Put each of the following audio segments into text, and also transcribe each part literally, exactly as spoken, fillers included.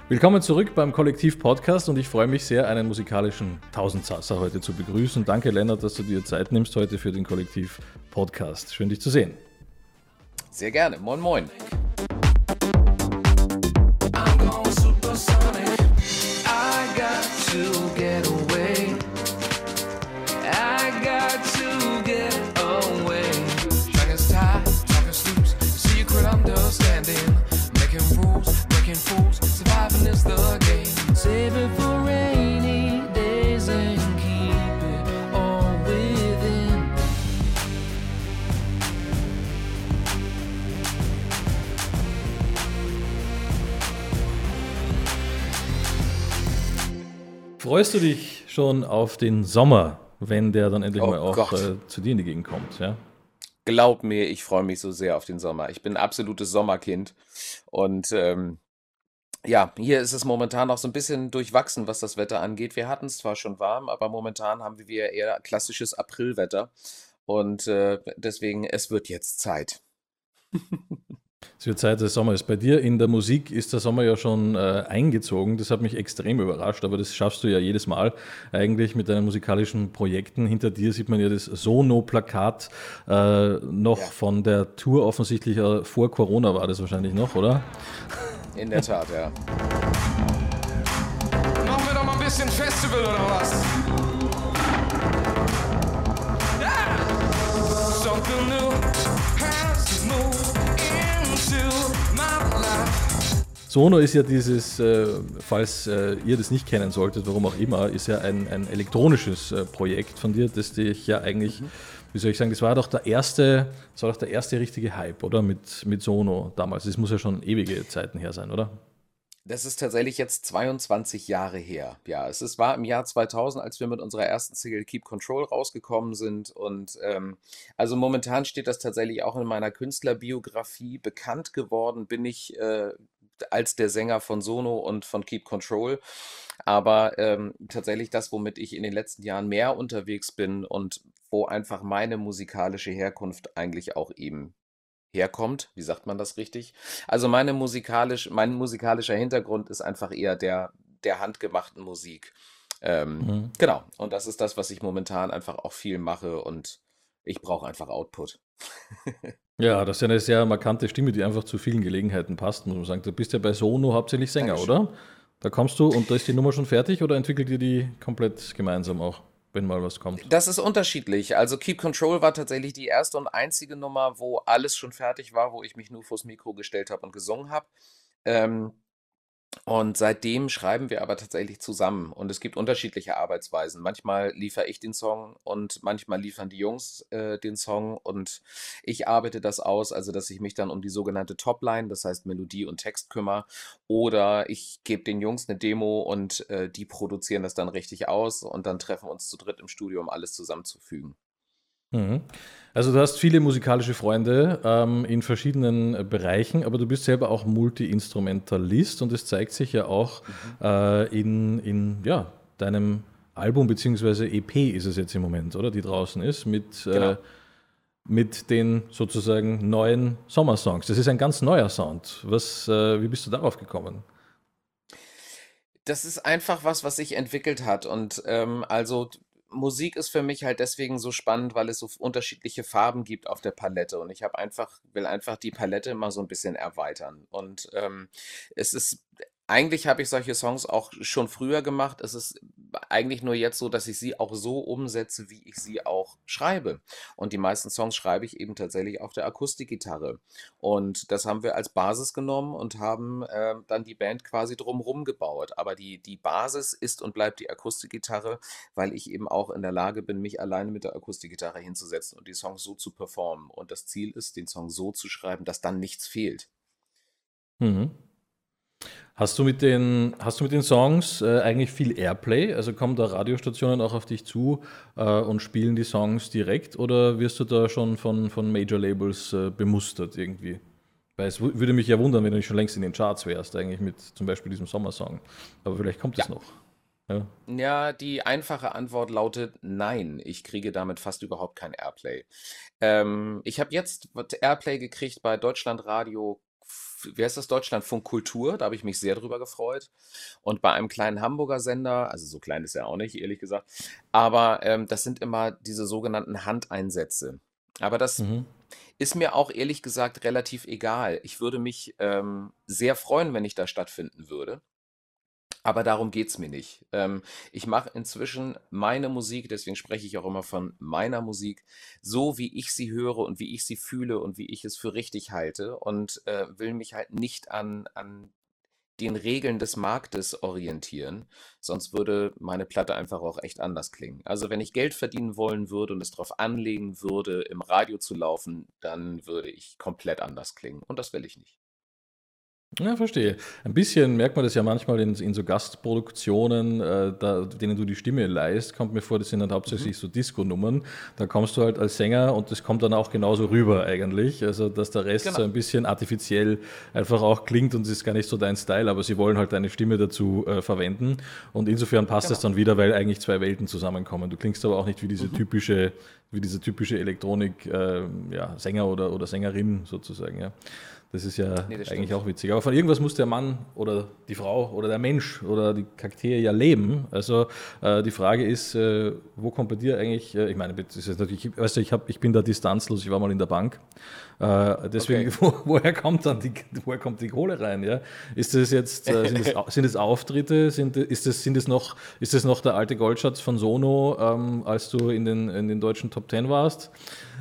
Willkommen zurück beim Kollektiv-Podcast und ich freue mich sehr, einen musikalischen Tausendsasser heute zu begrüßen. Danke, Lennart, dass du dir Zeit nimmst heute für den Kollektiv-Podcast. Schön, dich zu sehen. Sehr gerne. Moin, moin. Freust du dich schon auf den Sommer, wenn der dann endlich Oh mal auch Gott. äh, zu dir in die Gegend kommt? Ja? Glaub mir, ich freue mich so sehr auf den Sommer. Ich bin ein absolutes Sommerkind. Und ähm, ja, hier ist es momentan noch so ein bisschen durchwachsen, was das Wetter angeht. Wir hatten es zwar schon warm, aber momentan haben wir eher klassisches Aprilwetter. Und äh, deswegen, es wird jetzt Zeit. Es wird Zeit, der Sommer ist. Bei dir in der Musik ist der Sommer ja schon äh, eingezogen. Das hat mich extrem überrascht, aber das schaffst du ja jedes Mal eigentlich mit deinen musikalischen Projekten. Hinter dir sieht man ja das Sono-Plakat äh, noch Ja, von der Tour offensichtlich. Äh, vor Corona war das wahrscheinlich noch, oder? in der Tat, ja. Machen wir doch mal ein bisschen Festival oder was? Something new has moved into my life. Sono ist ja dieses, äh, falls äh, ihr das nicht kennen solltet, warum auch immer, ist ja ein, ein elektronisches äh, Projekt von dir, das dich ja eigentlich, wie soll ich sagen, das war doch der erste, das war doch der erste richtige Hype, oder? Mit, mit Sono damals. Das muss ja schon ewige Zeiten her sein, oder? Das ist tatsächlich jetzt zweiundzwanzig Jahre her. Ja, es ist, war im Jahr zweitausend, als wir mit unserer ersten Single Keep Control rausgekommen sind. Und ähm, also momentan steht das tatsächlich auch in meiner Künstlerbiografie. Bekannt geworden bin ich äh, als der Sänger von Sono und von Keep Control. Aber ähm, tatsächlich das, womit ich in den letzten Jahren mehr unterwegs bin und wo einfach meine musikalische Herkunft eigentlich auch eben herkommt. Wie sagt man das richtig? Also meine musikalisch, mein musikalischer Hintergrund ist einfach eher der, der handgemachten Musik. Ähm, Mhm. genau. Und das ist das, was ich momentan einfach auch viel mache und ich brauche einfach Output. Ja, das ist ja eine sehr markante Stimme, die einfach zu vielen Gelegenheiten passt, muss man sagen. Du bist ja bei Sono hauptsächlich Sänger, Dankeschön. oder? Da kommst du und da ist die Nummer schon fertig oder entwickelt ihr die komplett gemeinsam auch, wenn mal was kommt? Das ist unterschiedlich. Also Keep Control war tatsächlich die erste und einzige Nummer, wo alles schon fertig war, wo ich mich nur vors Mikro gestellt habe und gesungen habe. Ähm, Und seitdem schreiben wir aber tatsächlich zusammen und es gibt unterschiedliche Arbeitsweisen. Manchmal liefere ich den Song und manchmal liefern die Jungs äh, den Song und ich arbeite das aus, also dass ich mich dann um die sogenannte Topline, das heißt Melodie und Text kümmere, oder ich gebe den Jungs eine Demo und äh, die produzieren das dann richtig aus und dann treffen wir uns zu dritt im Studio, um alles zusammenzufügen. Mhm. Also du hast viele musikalische Freunde ähm, in verschiedenen äh, Bereichen, aber du bist selber auch Multi-Instrumentalist und das zeigt sich ja auch Mhm. äh, in, in ja, deinem Album beziehungsweise E P ist es jetzt im Moment, oder? Die draußen ist mit, äh, Genau. mit den sozusagen neuen Sommersongs. Das ist ein ganz neuer Sound. Was, äh, wie bist du darauf gekommen? Das ist einfach was, was sich entwickelt hat. Und ähm, also t- Musik ist für mich halt deswegen so spannend, weil es so unterschiedliche Farben gibt auf der Palette. Und ich habe einfach, will einfach die Palette mal so ein bisschen erweitern. Und ähm, es ist, eigentlich habe ich solche Songs auch schon früher gemacht. Es ist eigentlich nur jetzt so, dass ich sie auch so umsetze, wie ich sie auch schreibe. Und die meisten Songs schreibe ich eben tatsächlich auf der Akustikgitarre. Und das haben wir als Basis genommen und haben ähm, dann die Band quasi drumherum gebaut. Aber die, die Basis ist und bleibt die Akustikgitarre, weil ich eben auch in der Lage bin, mich alleine mit der Akustikgitarre hinzusetzen und die Songs so zu performen. Und das Ziel ist, den Song so zu schreiben, dass dann nichts fehlt. Mhm. Hast du mit den, hast du mit den Songs äh, eigentlich viel Airplay? Also kommen da Radiostationen auch auf dich zu äh, und spielen die Songs direkt oder wirst du da schon von, von Major Labels äh, bemustert irgendwie? Weil es wü- würde mich ja wundern, wenn du nicht schon längst in den Charts wärst, eigentlich mit zum Beispiel diesem Sommersong. Aber vielleicht kommt es Ja. noch. Ja. Ja, die einfache Antwort lautet nein. Ich kriege damit fast überhaupt kein Airplay. Ähm, ich habe jetzt Airplay gekriegt bei Deutschlandradio wie heißt das, Deutschlandfunk Kultur, da habe ich mich sehr drüber gefreut. Und bei einem kleinen Hamburger Sender, also so klein ist er auch nicht, ehrlich gesagt, aber ähm, das sind immer diese sogenannten Handeinsätze. Aber das Mhm. ist mir auch ehrlich gesagt relativ egal. Ich würde mich ähm, sehr freuen, wenn ich da stattfinden würde. Aber darum geht's mir nicht. Ähm, ich mache inzwischen meine Musik, deswegen spreche ich auch immer von meiner Musik, so wie ich sie höre und wie ich sie fühle und wie ich es für richtig halte und äh, will mich halt nicht an, an den Regeln des Marktes orientieren, sonst würde meine Platte einfach auch echt anders klingen. Also wenn ich Geld verdienen wollen würde und es darauf anlegen würde, im Radio zu laufen, dann würde ich komplett anders klingen und das will ich nicht. Ja, verstehe. Ein bisschen merkt man das ja manchmal in, in so Gastproduktionen, äh, da, denen du die Stimme leihst, kommt mir vor, das sind dann Mhm. hauptsächlich so Disco-Nummern. Da kommst du halt als Sänger und das kommt dann auch genauso rüber eigentlich. Also, dass der Rest so Genau. ein bisschen artifiziell einfach auch klingt und es ist gar nicht so dein Style, aber sie wollen halt deine Stimme dazu äh, verwenden. Und insofern passt es Genau. dann wieder, weil eigentlich zwei Welten zusammenkommen. Du klingst aber auch nicht wie diese Mhm. typische, wie diese typische Elektronik, äh, ja, Sänger oder, oder Sängerin sozusagen, ja. Das ist ja Nee, das eigentlich stimmt. auch witzig. Aber von irgendwas muss der Mann oder die Frau oder der Mensch oder die Kakteen ja leben. Also äh, die Frage ist, äh, wo kommt bei dir eigentlich, äh, ich meine, das ist jetzt natürlich, weißt du, ich, hab, ich bin da distanzlos, ich war mal in der Bank. Äh, deswegen, Okay. wo, woher kommt dann die, woher kommt die Kohle rein? Ja? Ist das jetzt, äh, sind, das, Au- sind das Auftritte? Sind, ist, das, sind das noch, ist das noch der alte Goldschatz von Sono, ähm, als du in den, in den deutschen Top Ten warst?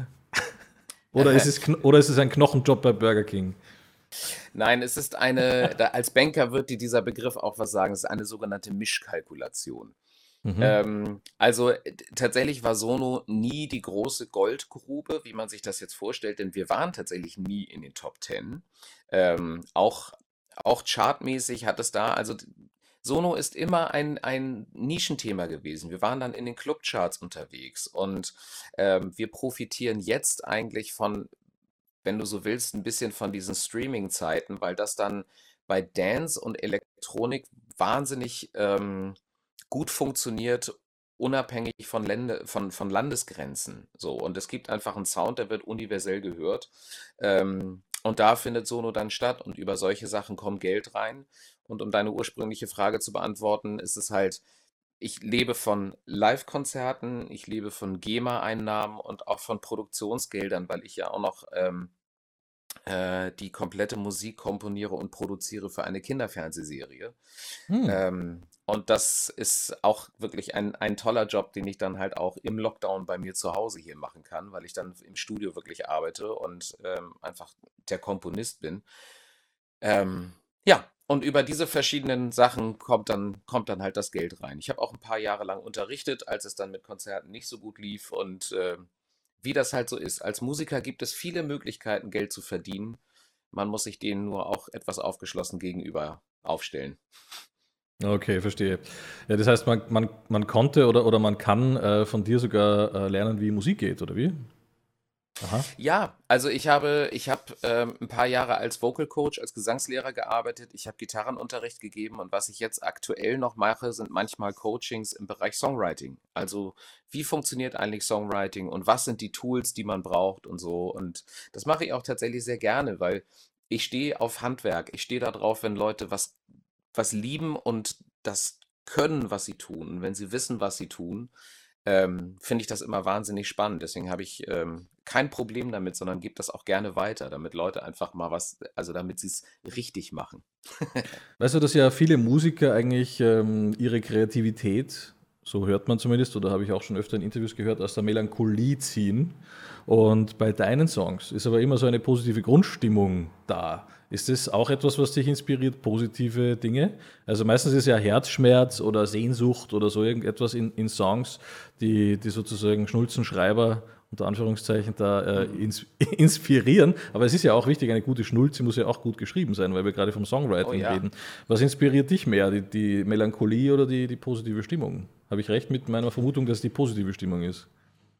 Oder ist es, kn- oder ist es ein Knochenjob bei Burger King? Nein, es ist eine, da, als Banker wird dir dieser Begriff auch was sagen, es ist eine sogenannte Mischkalkulation. Mhm. Ähm, also äh, t- tatsächlich war Sono nie die große Goldgrube, wie man sich das jetzt vorstellt, denn wir waren tatsächlich nie in den Top Ten. Ähm, auch, auch chartmäßig hat es da, also d- Sono ist immer ein, ein Nischenthema gewesen. Wir waren dann in den Clubcharts unterwegs und ähm, wir profitieren jetzt eigentlich von, wenn du so willst, ein bisschen von diesen Streaming-Zeiten, weil das dann bei Dance und Elektronik wahnsinnig ähm, gut funktioniert, unabhängig von, Lände, von, von Landesgrenzen. So, und es gibt einfach einen Sound, der wird universell gehört. Ähm, und da findet Sono dann statt und über solche Sachen kommt Geld rein. Und um deine ursprüngliche Frage zu beantworten, ist es halt, ich lebe von Live-Konzerten, ich lebe von GEMA-Einnahmen und auch von Produktionsgeldern, weil ich ja auch noch ähm, äh, die komplette Musik komponiere und produziere für eine Kinderfernsehserie. Hm. Ähm, und das ist auch wirklich ein, ein toller Job, den ich dann halt auch im Lockdown bei mir zu Hause hier machen kann, weil ich dann im Studio wirklich arbeite und ähm, einfach der Komponist bin. Ähm, ja, und über diese verschiedenen Sachen kommt dann, kommt dann halt das Geld rein. Ich habe auch ein paar Jahre lang unterrichtet, als es dann mit Konzerten nicht so gut lief und äh, wie das halt so ist. Als Musiker gibt es viele Möglichkeiten, Geld zu verdienen. Man muss sich denen nur auch etwas aufgeschlossen gegenüber aufstellen. Okay, verstehe. Ja, das heißt, man, man, man konnte oder, oder man kann äh, von dir sogar äh, lernen, wie Musik geht, oder wie? Aha. Ja, also ich habe, ich habe ähm, ein paar Jahre als Vocal Coach, als Gesangslehrer gearbeitet. Ich habe Gitarrenunterricht gegeben und was ich jetzt aktuell noch mache, sind manchmal Coachings im Bereich Songwriting. Also wie funktioniert eigentlich Songwriting und was sind die Tools, die man braucht und so. Und das mache ich auch tatsächlich sehr gerne, weil ich stehe auf Handwerk. Ich stehe da drauf, wenn Leute was, was lieben und das können, was sie tun, wenn sie wissen, was sie tun ähm, finde ich das immer wahnsinnig spannend. Deswegen habe ich ähm, kein Problem damit, sondern gebe das auch gerne weiter, damit Leute einfach mal was, also damit sie es richtig machen. Weißt du, dass ja viele Musiker eigentlich ähm, ihre Kreativität, so hört man zumindest, oder habe ich auch schon öfter in Interviews gehört, aus der Melancholie ziehen. Und bei deinen Songs ist aber immer so eine positive Grundstimmung da. Ist das auch etwas, was dich inspiriert, positive Dinge? Also meistens ist ja Herzschmerz oder Sehnsucht oder so irgendetwas in, in Songs, die, die sozusagen Schnulzenschreiber unter Anführungszeichen da äh, Mhm. ins, inspirieren. Aber es ist ja auch wichtig, eine gute Schnulze muss ja auch gut geschrieben sein, weil wir gerade vom Oh Songwriting ja. reden. Was inspiriert dich mehr, die, die Melancholie oder die, die positive Stimmung? Habe ich recht mit meiner Vermutung, dass es die positive Stimmung ist?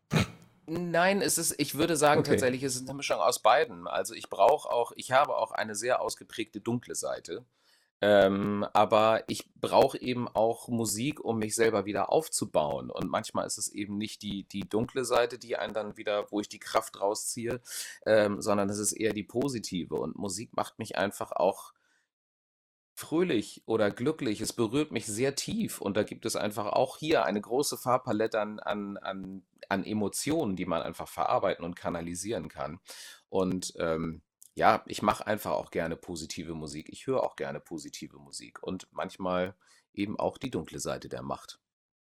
Nein, es ist, ich würde sagen, Okay. tatsächlich ist es eine Mischung aus beiden. Also ich brauche auch, ich habe auch eine sehr ausgeprägte dunkle Seite. Ähm, aber ich brauche eben auch Musik, um mich selber wieder aufzubauen. Und manchmal ist es eben nicht die, die dunkle Seite, die einen dann wieder, wo ich die Kraft rausziehe, ähm, sondern es ist eher die positive. Und Musik macht mich einfach auch fröhlich oder glücklich. Es berührt mich sehr tief. Und da gibt es einfach auch hier eine große Farbpalette an, an, an, an Emotionen, die man einfach verarbeiten und kanalisieren kann. Und ähm, ja, ich mache einfach auch gerne positive Musik. Ich höre auch gerne positive Musik und manchmal eben auch die dunkle Seite der Macht.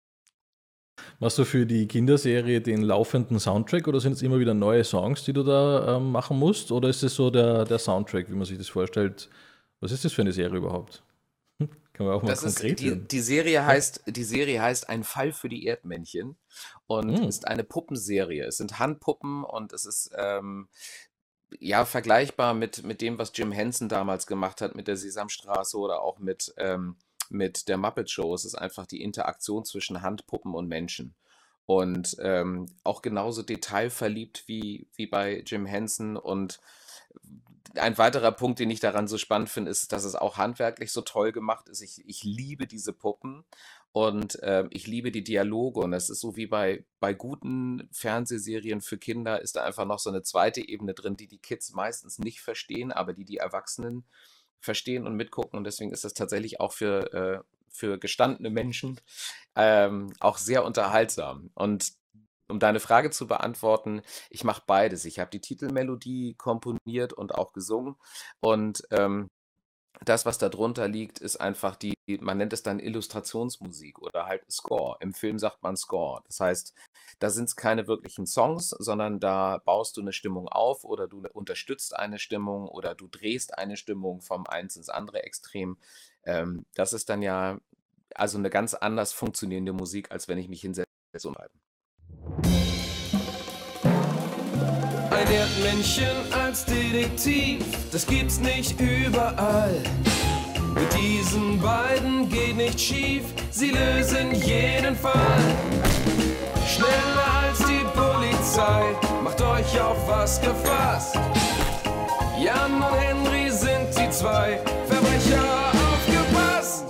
Machst du für die Kinderserie den laufenden Soundtrack oder sind es immer wieder neue Songs, die du da ähm, machen musst? Oder ist es so der, der Soundtrack, wie man sich das vorstellt? Was ist das für eine Serie überhaupt? Kann man auch mal Das ist, konkret die, werden. die Serie Ja. heißt, die Serie heißt Ein Fall für die Erdmännchen und Hm. ist eine Puppenserie. Es sind Handpuppen und es ist ähm, ja vergleichbar mit, mit dem, was Jim Henson damals gemacht hat mit der Sesamstraße oder auch mit, ähm, mit der Muppet Show. Es ist einfach die Interaktion zwischen Handpuppen und Menschen. Und ähm, auch genauso detailverliebt wie, wie bei Jim Henson. Und ein weiterer Punkt, den ich daran so spannend finde, ist, dass es auch handwerklich so toll gemacht ist. Ich, ich liebe diese Puppen und ähm, ich liebe die Dialoge. Und es ist so wie bei, bei guten Fernsehserien für Kinder, ist da einfach noch so eine zweite Ebene drin, die die Kids meistens nicht verstehen, aber die die Erwachsenen verstehen und mitgucken. Und deswegen ist das tatsächlich auch für, äh, für gestandene Menschen ähm, auch sehr unterhaltsam. Und um deine Frage zu beantworten, ich mache beides. Ich habe die Titelmelodie komponiert und auch gesungen. Und ähm, das, was da drunter liegt, ist einfach die, man nennt es dann Illustrationsmusik oder halt Score. Im Film sagt man Score. Das heißt, da sind es keine wirklichen Songs, sondern da baust du eine Stimmung auf oder du unterstützt eine Stimmung oder du drehst eine Stimmung vom eins ins andere Extrem. Ähm, das ist dann ja also eine ganz anders funktionierende Musik, als wenn ich mich hinsetze und schreibe. Ein Erdmännchen als Detektiv, das gibt's nicht überall. Mit diesen beiden geht nicht schief, sie lösen jeden Fall. Schneller als die Polizei, macht euch auf was gefasst. Jan und Henry sind die zwei Verbrecher, aufgepasst!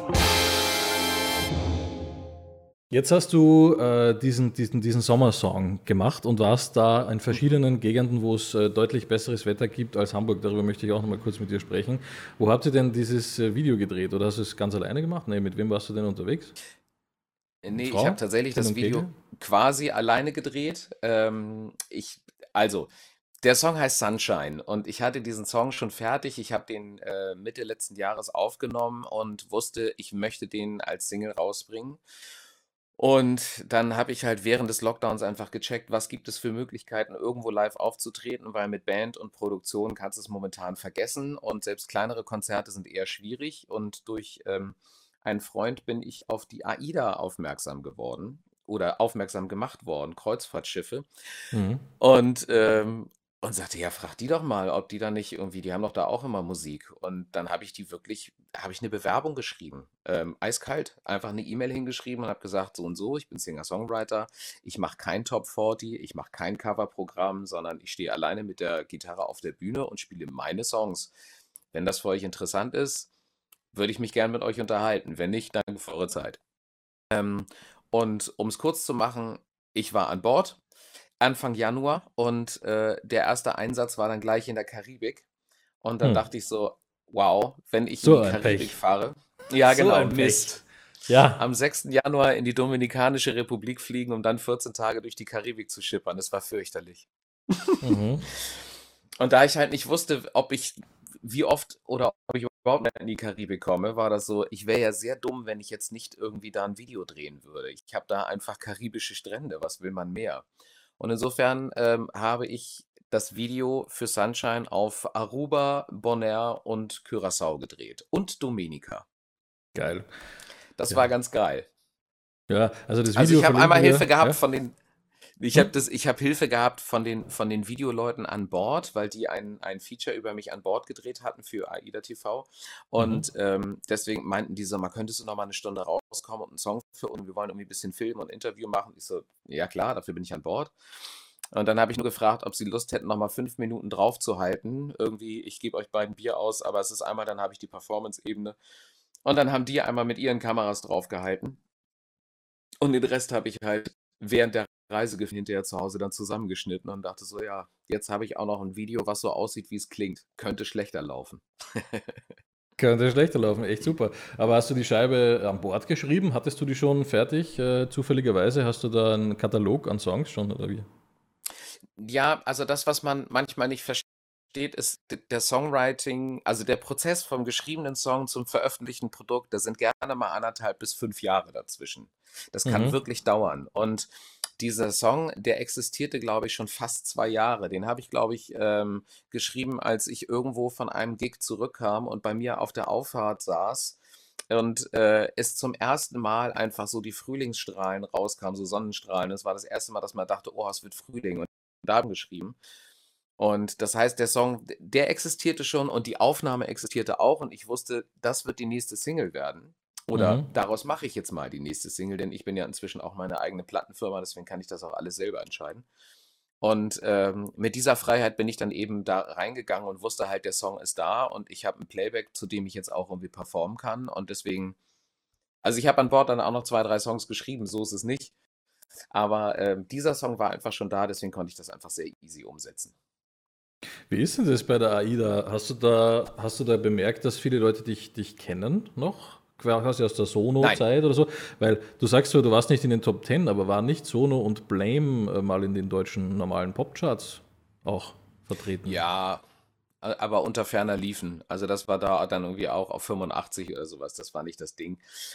Jetzt hast du äh, diesen, diesen, diesen Sommersong gemacht und warst da in verschiedenen Gegenden, wo es äh, deutlich besseres Wetter gibt als Hamburg. Darüber möchte ich auch noch mal kurz mit dir sprechen. Wo habt ihr denn dieses äh, Video gedreht? Oder hast du es ganz alleine gemacht? Nee, mit wem warst du denn unterwegs? Nee, ich Frau? habe tatsächlich Kind das und Video Kegel? quasi alleine gedreht. Ähm, ich, also, der Song heißt Sunshine und ich hatte diesen Song schon fertig. Ich habe den äh, Mitte letzten Jahres aufgenommen und wusste, ich möchte den als Single rausbringen. Und dann habe ich halt während des Lockdowns einfach gecheckt, was gibt es für Möglichkeiten, irgendwo live aufzutreten, weil mit Band und Produktion kannst du es momentan vergessen und selbst kleinere Konzerte sind eher schwierig. Und durch ähm, einen Freund bin ich auf die AIDA aufmerksam geworden oder aufmerksam gemacht worden, Kreuzfahrtschiffe. Mhm. Und, ähm, und sagte, ja, frag die doch mal, ob die da nicht irgendwie, die haben doch da auch immer Musik. Und dann habe ich die wirklich, habe ich eine Bewerbung geschrieben, ähm, eiskalt, einfach eine E-Mail hingeschrieben und habe gesagt, so und so, ich bin Singer-Songwriter, ich mache kein Top vierzig, ich mache kein Coverprogramm, sondern ich stehe alleine mit der Gitarre auf der Bühne und spiele meine Songs. Wenn das für euch interessant ist, würde ich mich gern mit euch unterhalten. Wenn nicht, dann für eure Zeit. Ähm, und um es kurz zu machen, ich war an Bord Anfang Januar und äh, der erste Einsatz war dann gleich in der Karibik. Und dann Hm. dachte ich so, wow, wenn ich in So die ein Karibik Pech. fahre. Ja, So genau, ein Pech. Mist. Ja. Am sechsten Januar in die Dominikanische Republik fliegen, um dann vierzehn Tage durch die Karibik zu schippern. Das war fürchterlich. Mhm. Und da ich halt nicht wusste, ob ich, wie oft oder ob ich überhaupt mehr in die Karibik komme, war das so, ich wäre ja sehr dumm, wenn ich jetzt nicht irgendwie da ein Video drehen würde. Ich habe da einfach karibische Strände, was will man mehr? Und insofern ähm, habe ich das Video für Sunshine auf Aruba, Bonaire und Curaçao gedreht. Und Dominica. Geil. Das Ja. war ganz geil. Ja, also das Also Video ich habe verlinken einmal wir. Hilfe gehabt Ja? von den, ich Hm? habe das, ich habe Hilfe gehabt von den, von den Videoleuten an Bord, weil die ein, ein Feature über mich an Bord gedreht hatten für AIDA T V. Mhm. Und ähm, deswegen meinten die so, mal könntest du noch mal eine Stunde rauskommen und einen Song für uns, wir wollen irgendwie ein bisschen filmen und Interview machen. Ich so, ja klar, dafür bin ich an Bord. Und dann habe ich nur gefragt, ob sie Lust hätten, nochmal fünf Minuten draufzuhalten. Irgendwie, ich gebe euch beiden Bier aus, aber es ist einmal, dann habe ich die Performance-Ebene. Und dann haben die einmal mit ihren Kameras draufgehalten. Und den Rest habe ich halt während der Reise gef- hinterher zu Hause dann zusammengeschnitten und dachte so, ja, jetzt habe ich auch noch ein Video, was so aussieht, wie es klingt. Könnte schlechter laufen. Könnte schlechter laufen, echt super. Aber hast du die Scheibe an Bord geschrieben? Hattest du die schon fertig? Äh, zufälligerweise hast du da einen Katalog an Songs schon oder wie? Ja, also das, was man manchmal nicht versteht, ist d- der Songwriting, also der Prozess vom geschriebenen Song zum veröffentlichten Produkt, da sind gerne mal anderthalb bis fünf Jahre dazwischen. Das kann Mhm. wirklich dauern. Und dieser Song, der existierte, glaube ich, schon fast zwei Jahre. Den habe ich, glaube ich, ähm, geschrieben, als ich irgendwo von einem Gig zurückkam und bei mir auf der Auffahrt saß und äh, es zum ersten Mal einfach so die Frühlingsstrahlen rauskamen, so Sonnenstrahlen. Das war das erste Mal, dass man dachte, oh, es wird Frühling. Und da haben geschrieben. Und das heißt, der Song, d- der existierte schon und die Aufnahme existierte auch und ich wusste, das wird die nächste Single werden. Oder Mhm. daraus mache ich jetzt mal die nächste Single, denn ich bin ja inzwischen auch meine eigene Plattenfirma, deswegen kann ich das auch alles selber entscheiden. Und ähm, mit dieser Freiheit bin ich dann eben da reingegangen und wusste halt, der Song ist da und ich habe ein Playback, zu dem ich jetzt auch irgendwie performen kann. Und deswegen, also ich habe an Bord dann auch noch zwei, drei Songs geschrieben, so ist es nicht. Aber ähm, dieser Song war einfach schon da, deswegen konnte ich das einfach sehr easy umsetzen. Wie ist denn das bei der A I da? Hast du da, hast du da bemerkt, dass viele Leute dich, dich kennen noch? Quasi aus der Nein. Sono-Zeit oder so? Weil du sagst zwar, du warst nicht in den Top Ten, aber waren nicht Sono und Blame äh, mal in den deutschen normalen Popcharts auch vertreten? Ja, a- aber unter ferner liefen. Also das war da dann irgendwie auch auf fünfundachtzig oder sowas. Das war nicht das Ding.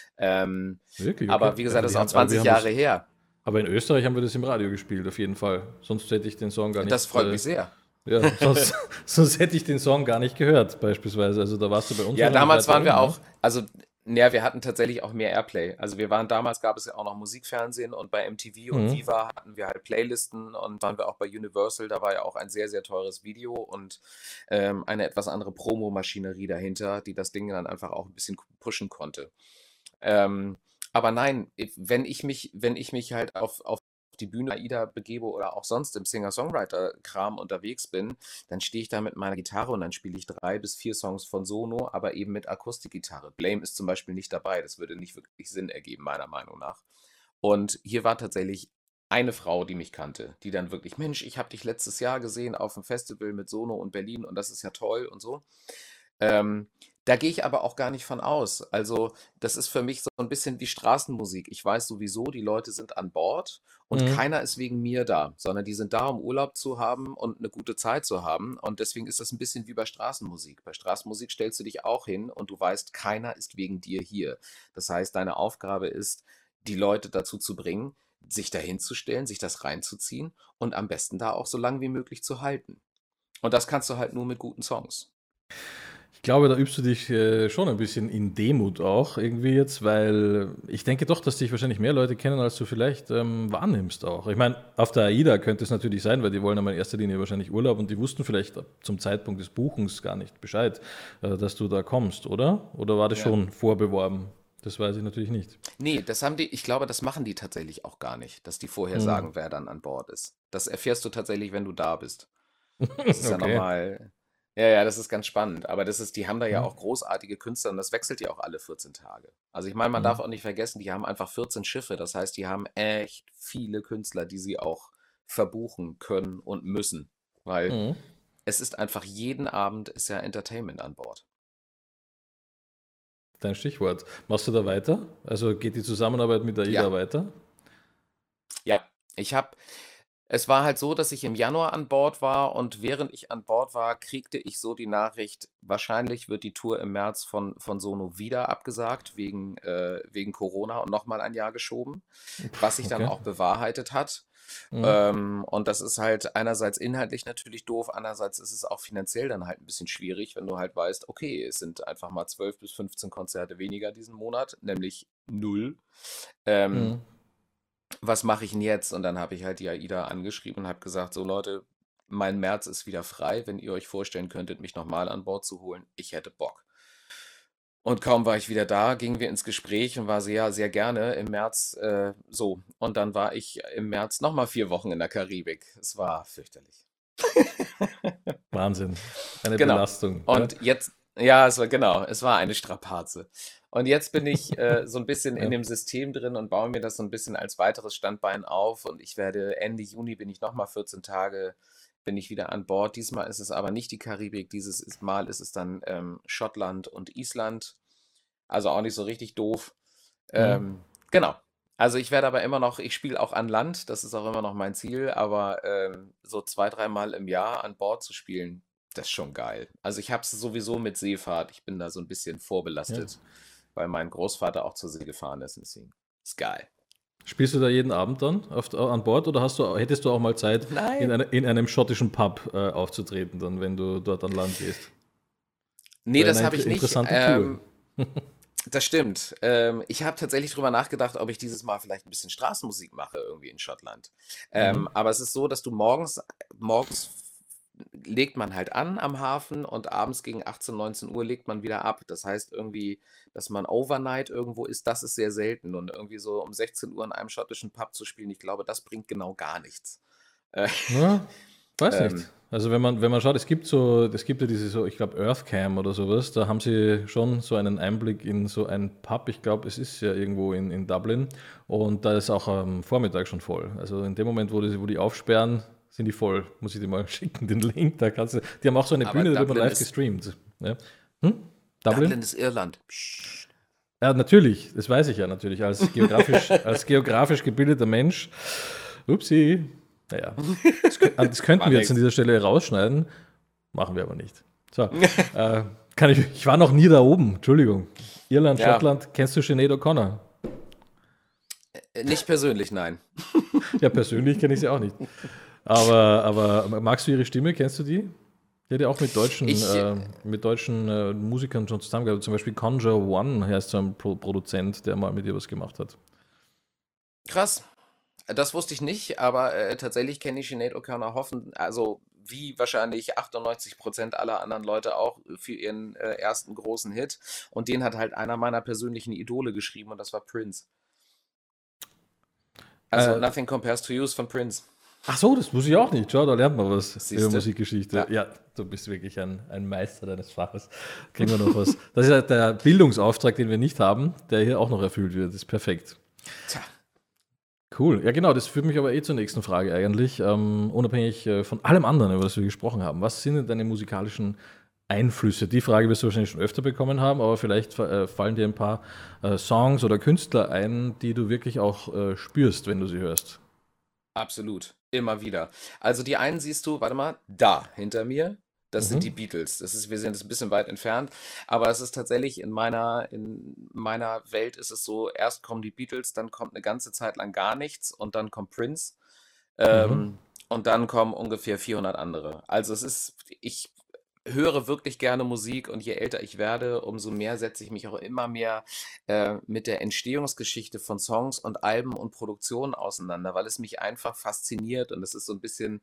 Ähm, Wirklich, okay. aber wie Ja, aber, gesagt, das die ist auch haben, aber wir zwanzig haben Jahre das, her. aber in Österreich haben wir das im Radio gespielt, auf jeden Fall. Sonst hätte ich den Song gar Das nicht, freut äh, mich sehr. ja, sonst, sonst hätte ich den Song gar nicht gehört, beispielsweise. Also da warst du bei uns Ja, wahrscheinlich damals weiter waren wir oben, ne? auch, also, naja, wir hatten tatsächlich auch mehr Airplay. Also wir waren damals, gab es ja auch noch Musikfernsehen und bei M T V und Mhm. Viva hatten wir halt Playlisten und waren wir auch bei Universal, da war ja auch ein sehr, sehr teures Video und ähm, eine etwas andere Promomaschinerie dahinter, die das Ding dann einfach auch ein bisschen pushen konnte. Ähm, aber nein, if- wenn ich mich, wenn ich mich halt auf, auf die Bühne AIDA begebe oder auch sonst im Singer-Songwriter-Kram unterwegs bin, dann stehe ich da mit meiner Gitarre und dann spiele ich drei bis vier Songs von Sono, aber eben mit Akustikgitarre. Blame ist zum Beispiel nicht dabei, das würde nicht wirklich Sinn ergeben, meiner Meinung nach. Und hier war tatsächlich eine Frau, die mich kannte, die dann wirklich, Mensch, ich habe dich letztes Jahr gesehen auf dem Festival mit Sono und Berlin und das ist ja toll und so. Ähm, Da gehe ich aber auch gar nicht von aus. Also, das ist für mich so ein bisschen wie Straßenmusik. Ich weiß sowieso, die Leute sind an Bord und Mhm. keiner ist wegen mir da, sondern die sind da, um Urlaub zu haben und eine gute Zeit zu haben. Und deswegen ist das ein bisschen wie bei Straßenmusik. Bei Straßenmusik stellst du dich auch hin und du weißt, keiner ist wegen dir hier. Das heißt, deine Aufgabe ist, die Leute dazu zu bringen, sich dahinzustellen, sich das reinzuziehen und am besten da auch so lang wie möglich zu halten. Und das kannst du halt nur mit guten Songs. Ich glaube, da übst du dich äh, schon ein bisschen in Demut auch irgendwie jetzt, weil ich denke doch, dass dich wahrscheinlich mehr Leute kennen, als du vielleicht ähm, wahrnimmst auch. Ich meine, auf der AIDA könnte es natürlich sein, weil die wollen aber in erster Linie wahrscheinlich Urlaub und die wussten vielleicht zum Zeitpunkt des Buchens gar nicht Bescheid, äh, dass du da kommst, oder? Oder war das Ja. schon vorbeworben? Das weiß ich natürlich nicht. Nee, das haben die, ich glaube, das machen die tatsächlich auch gar nicht, dass die vorher Hm. sagen, wer dann an Bord ist. Das erfährst du tatsächlich, wenn du da bist. Das ist ja Okay. normal. Ja, ja, das ist ganz spannend. Aber das ist, die haben da ja Hm. auch großartige Künstler und das wechselt ja auch alle vierzehn Tage. Also ich meine, man Hm. darf auch nicht vergessen, die haben einfach vierzehn Schiffe. Das heißt, die haben echt viele Künstler, die sie auch verbuchen können und müssen. Weil Hm. es ist einfach jeden Abend ist ja Entertainment an Bord. Dein Stichwort. Machst du da weiter? Also geht die Zusammenarbeit mit AIDA Ja, weiter? ja. Ich habe Es war halt so, dass ich im Januar an Bord war und während ich an Bord war, kriegte ich so die Nachricht, wahrscheinlich wird die Tour im März von, von Sono wieder abgesagt, wegen, äh, wegen Corona und nochmal ein Jahr geschoben, was sich dann Okay. auch bewahrheitet hat. Hm. Ähm, und das ist halt einerseits inhaltlich natürlich doof, andererseits ist es auch finanziell dann halt ein bisschen schwierig, wenn du halt weißt, okay, es sind einfach mal zwölf bis fünfzehn Konzerte weniger diesen Monat, nämlich null. Ähm, Hm. Was mache ich denn jetzt? Und dann habe ich halt die AIDA angeschrieben und habe gesagt, so Leute, mein März ist wieder frei, wenn ihr euch vorstellen könntet, mich nochmal an Bord zu holen, ich hätte Bock. Und kaum war ich wieder da, gingen wir ins Gespräch und war sehr, sehr gerne im März äh, so. Und dann war ich im März nochmal vier Wochen in der Karibik. Es war fürchterlich. Wahnsinn. Eine Genau. Belastung. Ja? Und jetzt, ja, es war genau, es war eine Strapaze. Und jetzt bin ich äh, so ein bisschen in Ja. dem System drin und baue mir das so ein bisschen als weiteres Standbein auf. Und ich werde Ende Juni bin ich nochmal vierzehn Tage, bin ich wieder an Bord. Diesmal ist es aber nicht die Karibik, dieses ist- Mal ist es dann ähm, Schottland und Island. Also auch nicht so richtig doof. Mhm. Ähm, genau. Also ich werde aber immer noch, ich spiele auch an Land, das ist auch immer noch mein Ziel, aber ähm, so zwei, dreimal im Jahr an Bord zu spielen, das ist schon geil. Also ich habe es sowieso mit Seefahrt, ich bin da so ein bisschen Ja. vorbelastet, weil mein Großvater auch zur See gefahren ist, deswegen ist geil. Spielst du da jeden Abend dann auf, an Bord oder hast du, hättest du auch mal Zeit, in, Nein. eine, in einem schottischen Pub äh, aufzutreten, dann, wenn du dort an Land gehst? Nee, Wäre das eine habe ich inter- nicht. interessante Ähm, Tour. das stimmt. Ähm, ich habe tatsächlich drüber nachgedacht, ob ich dieses Mal vielleicht ein bisschen Straßenmusik mache irgendwie in Schottland. Ähm, Mhm. aber es ist so, dass du morgens, morgens legt man halt an am Hafen und abends gegen achtzehn, neunzehn Uhr legt man wieder ab. Das heißt irgendwie, dass man overnight irgendwo ist, das ist sehr selten. Und irgendwie so um sechzehn Uhr in einem schottischen Pub zu spielen, ich glaube, das bringt genau gar nichts. Äh, Ja, weiß ähm, nicht. Also wenn man, wenn man schaut, es gibt so, es gibt ja diese so, ich glaube Earthcam oder sowas, da haben sie schon so einen Einblick in so ein Pub, ich glaube, es ist ja irgendwo in, in Dublin und da ist auch am Vormittag schon voll. Also in dem Moment, wo die, wo die aufsperren, sind die voll. Muss ich dir mal schicken, den Link, da kannst du, die haben auch so eine aber Bühne, da wird man Dublin live ist, gestreamt. Ja. Hm? Dublin? Dublin ist Irland. Psst. Ja, natürlich, das weiß ich ja natürlich, als geografisch, als geografisch gebildeter Mensch. Upsi. Naja, das, kö- das könnten War wir jetzt an nix. dieser Stelle rausschneiden, machen wir aber nicht. So, äh, kann ich, ich war noch nie da oben, Entschuldigung. Irland, Ja, Schottland, kennst du Sinead O'Connor? äh, nicht persönlich, nein. Ja, persönlich kenne ich sie auch nicht. Aber, aber magst du ihre Stimme, kennst du die? Die hat ja auch mit deutschen, Ich, äh, mit deutschen äh, Musikern schon zusammengearbeitet. Zum Beispiel Conjure One heißt so ein Pro Produzent, der mal mit ihr was gemacht hat. krass. Das wusste ich nicht, aber äh, tatsächlich kenne ich Sinead O'Connor hoffen, also wie wahrscheinlich achtundneunzig Prozent aller anderen Leute auch für ihren äh, ersten großen Hit. Und den hat halt einer meiner persönlichen Idole geschrieben und das war Prince. Also Äh, Nothing Compares to You ist von Prince. Ach so, das wusste ich auch nicht. Schau, da lernt man was über Siehst du? Musikgeschichte. Ja. Ja, du bist wirklich ein, ein Meister deines Faches. Kriegen wir noch was. Das ist ja der Bildungsauftrag, den wir nicht haben, der hier auch noch erfüllt wird. Das ist perfekt. Tja, Cool. Ja, genau, das führt mich aber eh zur nächsten Frage eigentlich. Ähm, unabhängig äh, von allem anderen, über das wir gesprochen haben. Was sind denn deine musikalischen Einflüsse? Die Frage wirst du wahrscheinlich schon öfter bekommen haben, aber vielleicht äh, fallen dir ein paar äh, Songs oder Künstler ein, die du wirklich auch äh, spürst, wenn du sie hörst. absolut. Immer wieder. Also die einen siehst du, warte mal, da hinter mir. Das sind die Mhm. Beatles. Das ist, wir sind jetzt ein bisschen weit entfernt, aber es ist tatsächlich in meiner, in meiner Welt ist es so, erst kommen die Beatles, dann kommt eine ganze Zeit lang gar nichts und dann kommt Prince. Mhm. Ähm, und dann kommen ungefähr vierhundert andere. Also es ist, ich höre wirklich gerne Musik und je älter ich werde, umso mehr setze ich mich auch immer mehr äh, mit der Entstehungsgeschichte von Songs und Alben und Produktionen auseinander, weil es mich einfach fasziniert und es ist so ein bisschen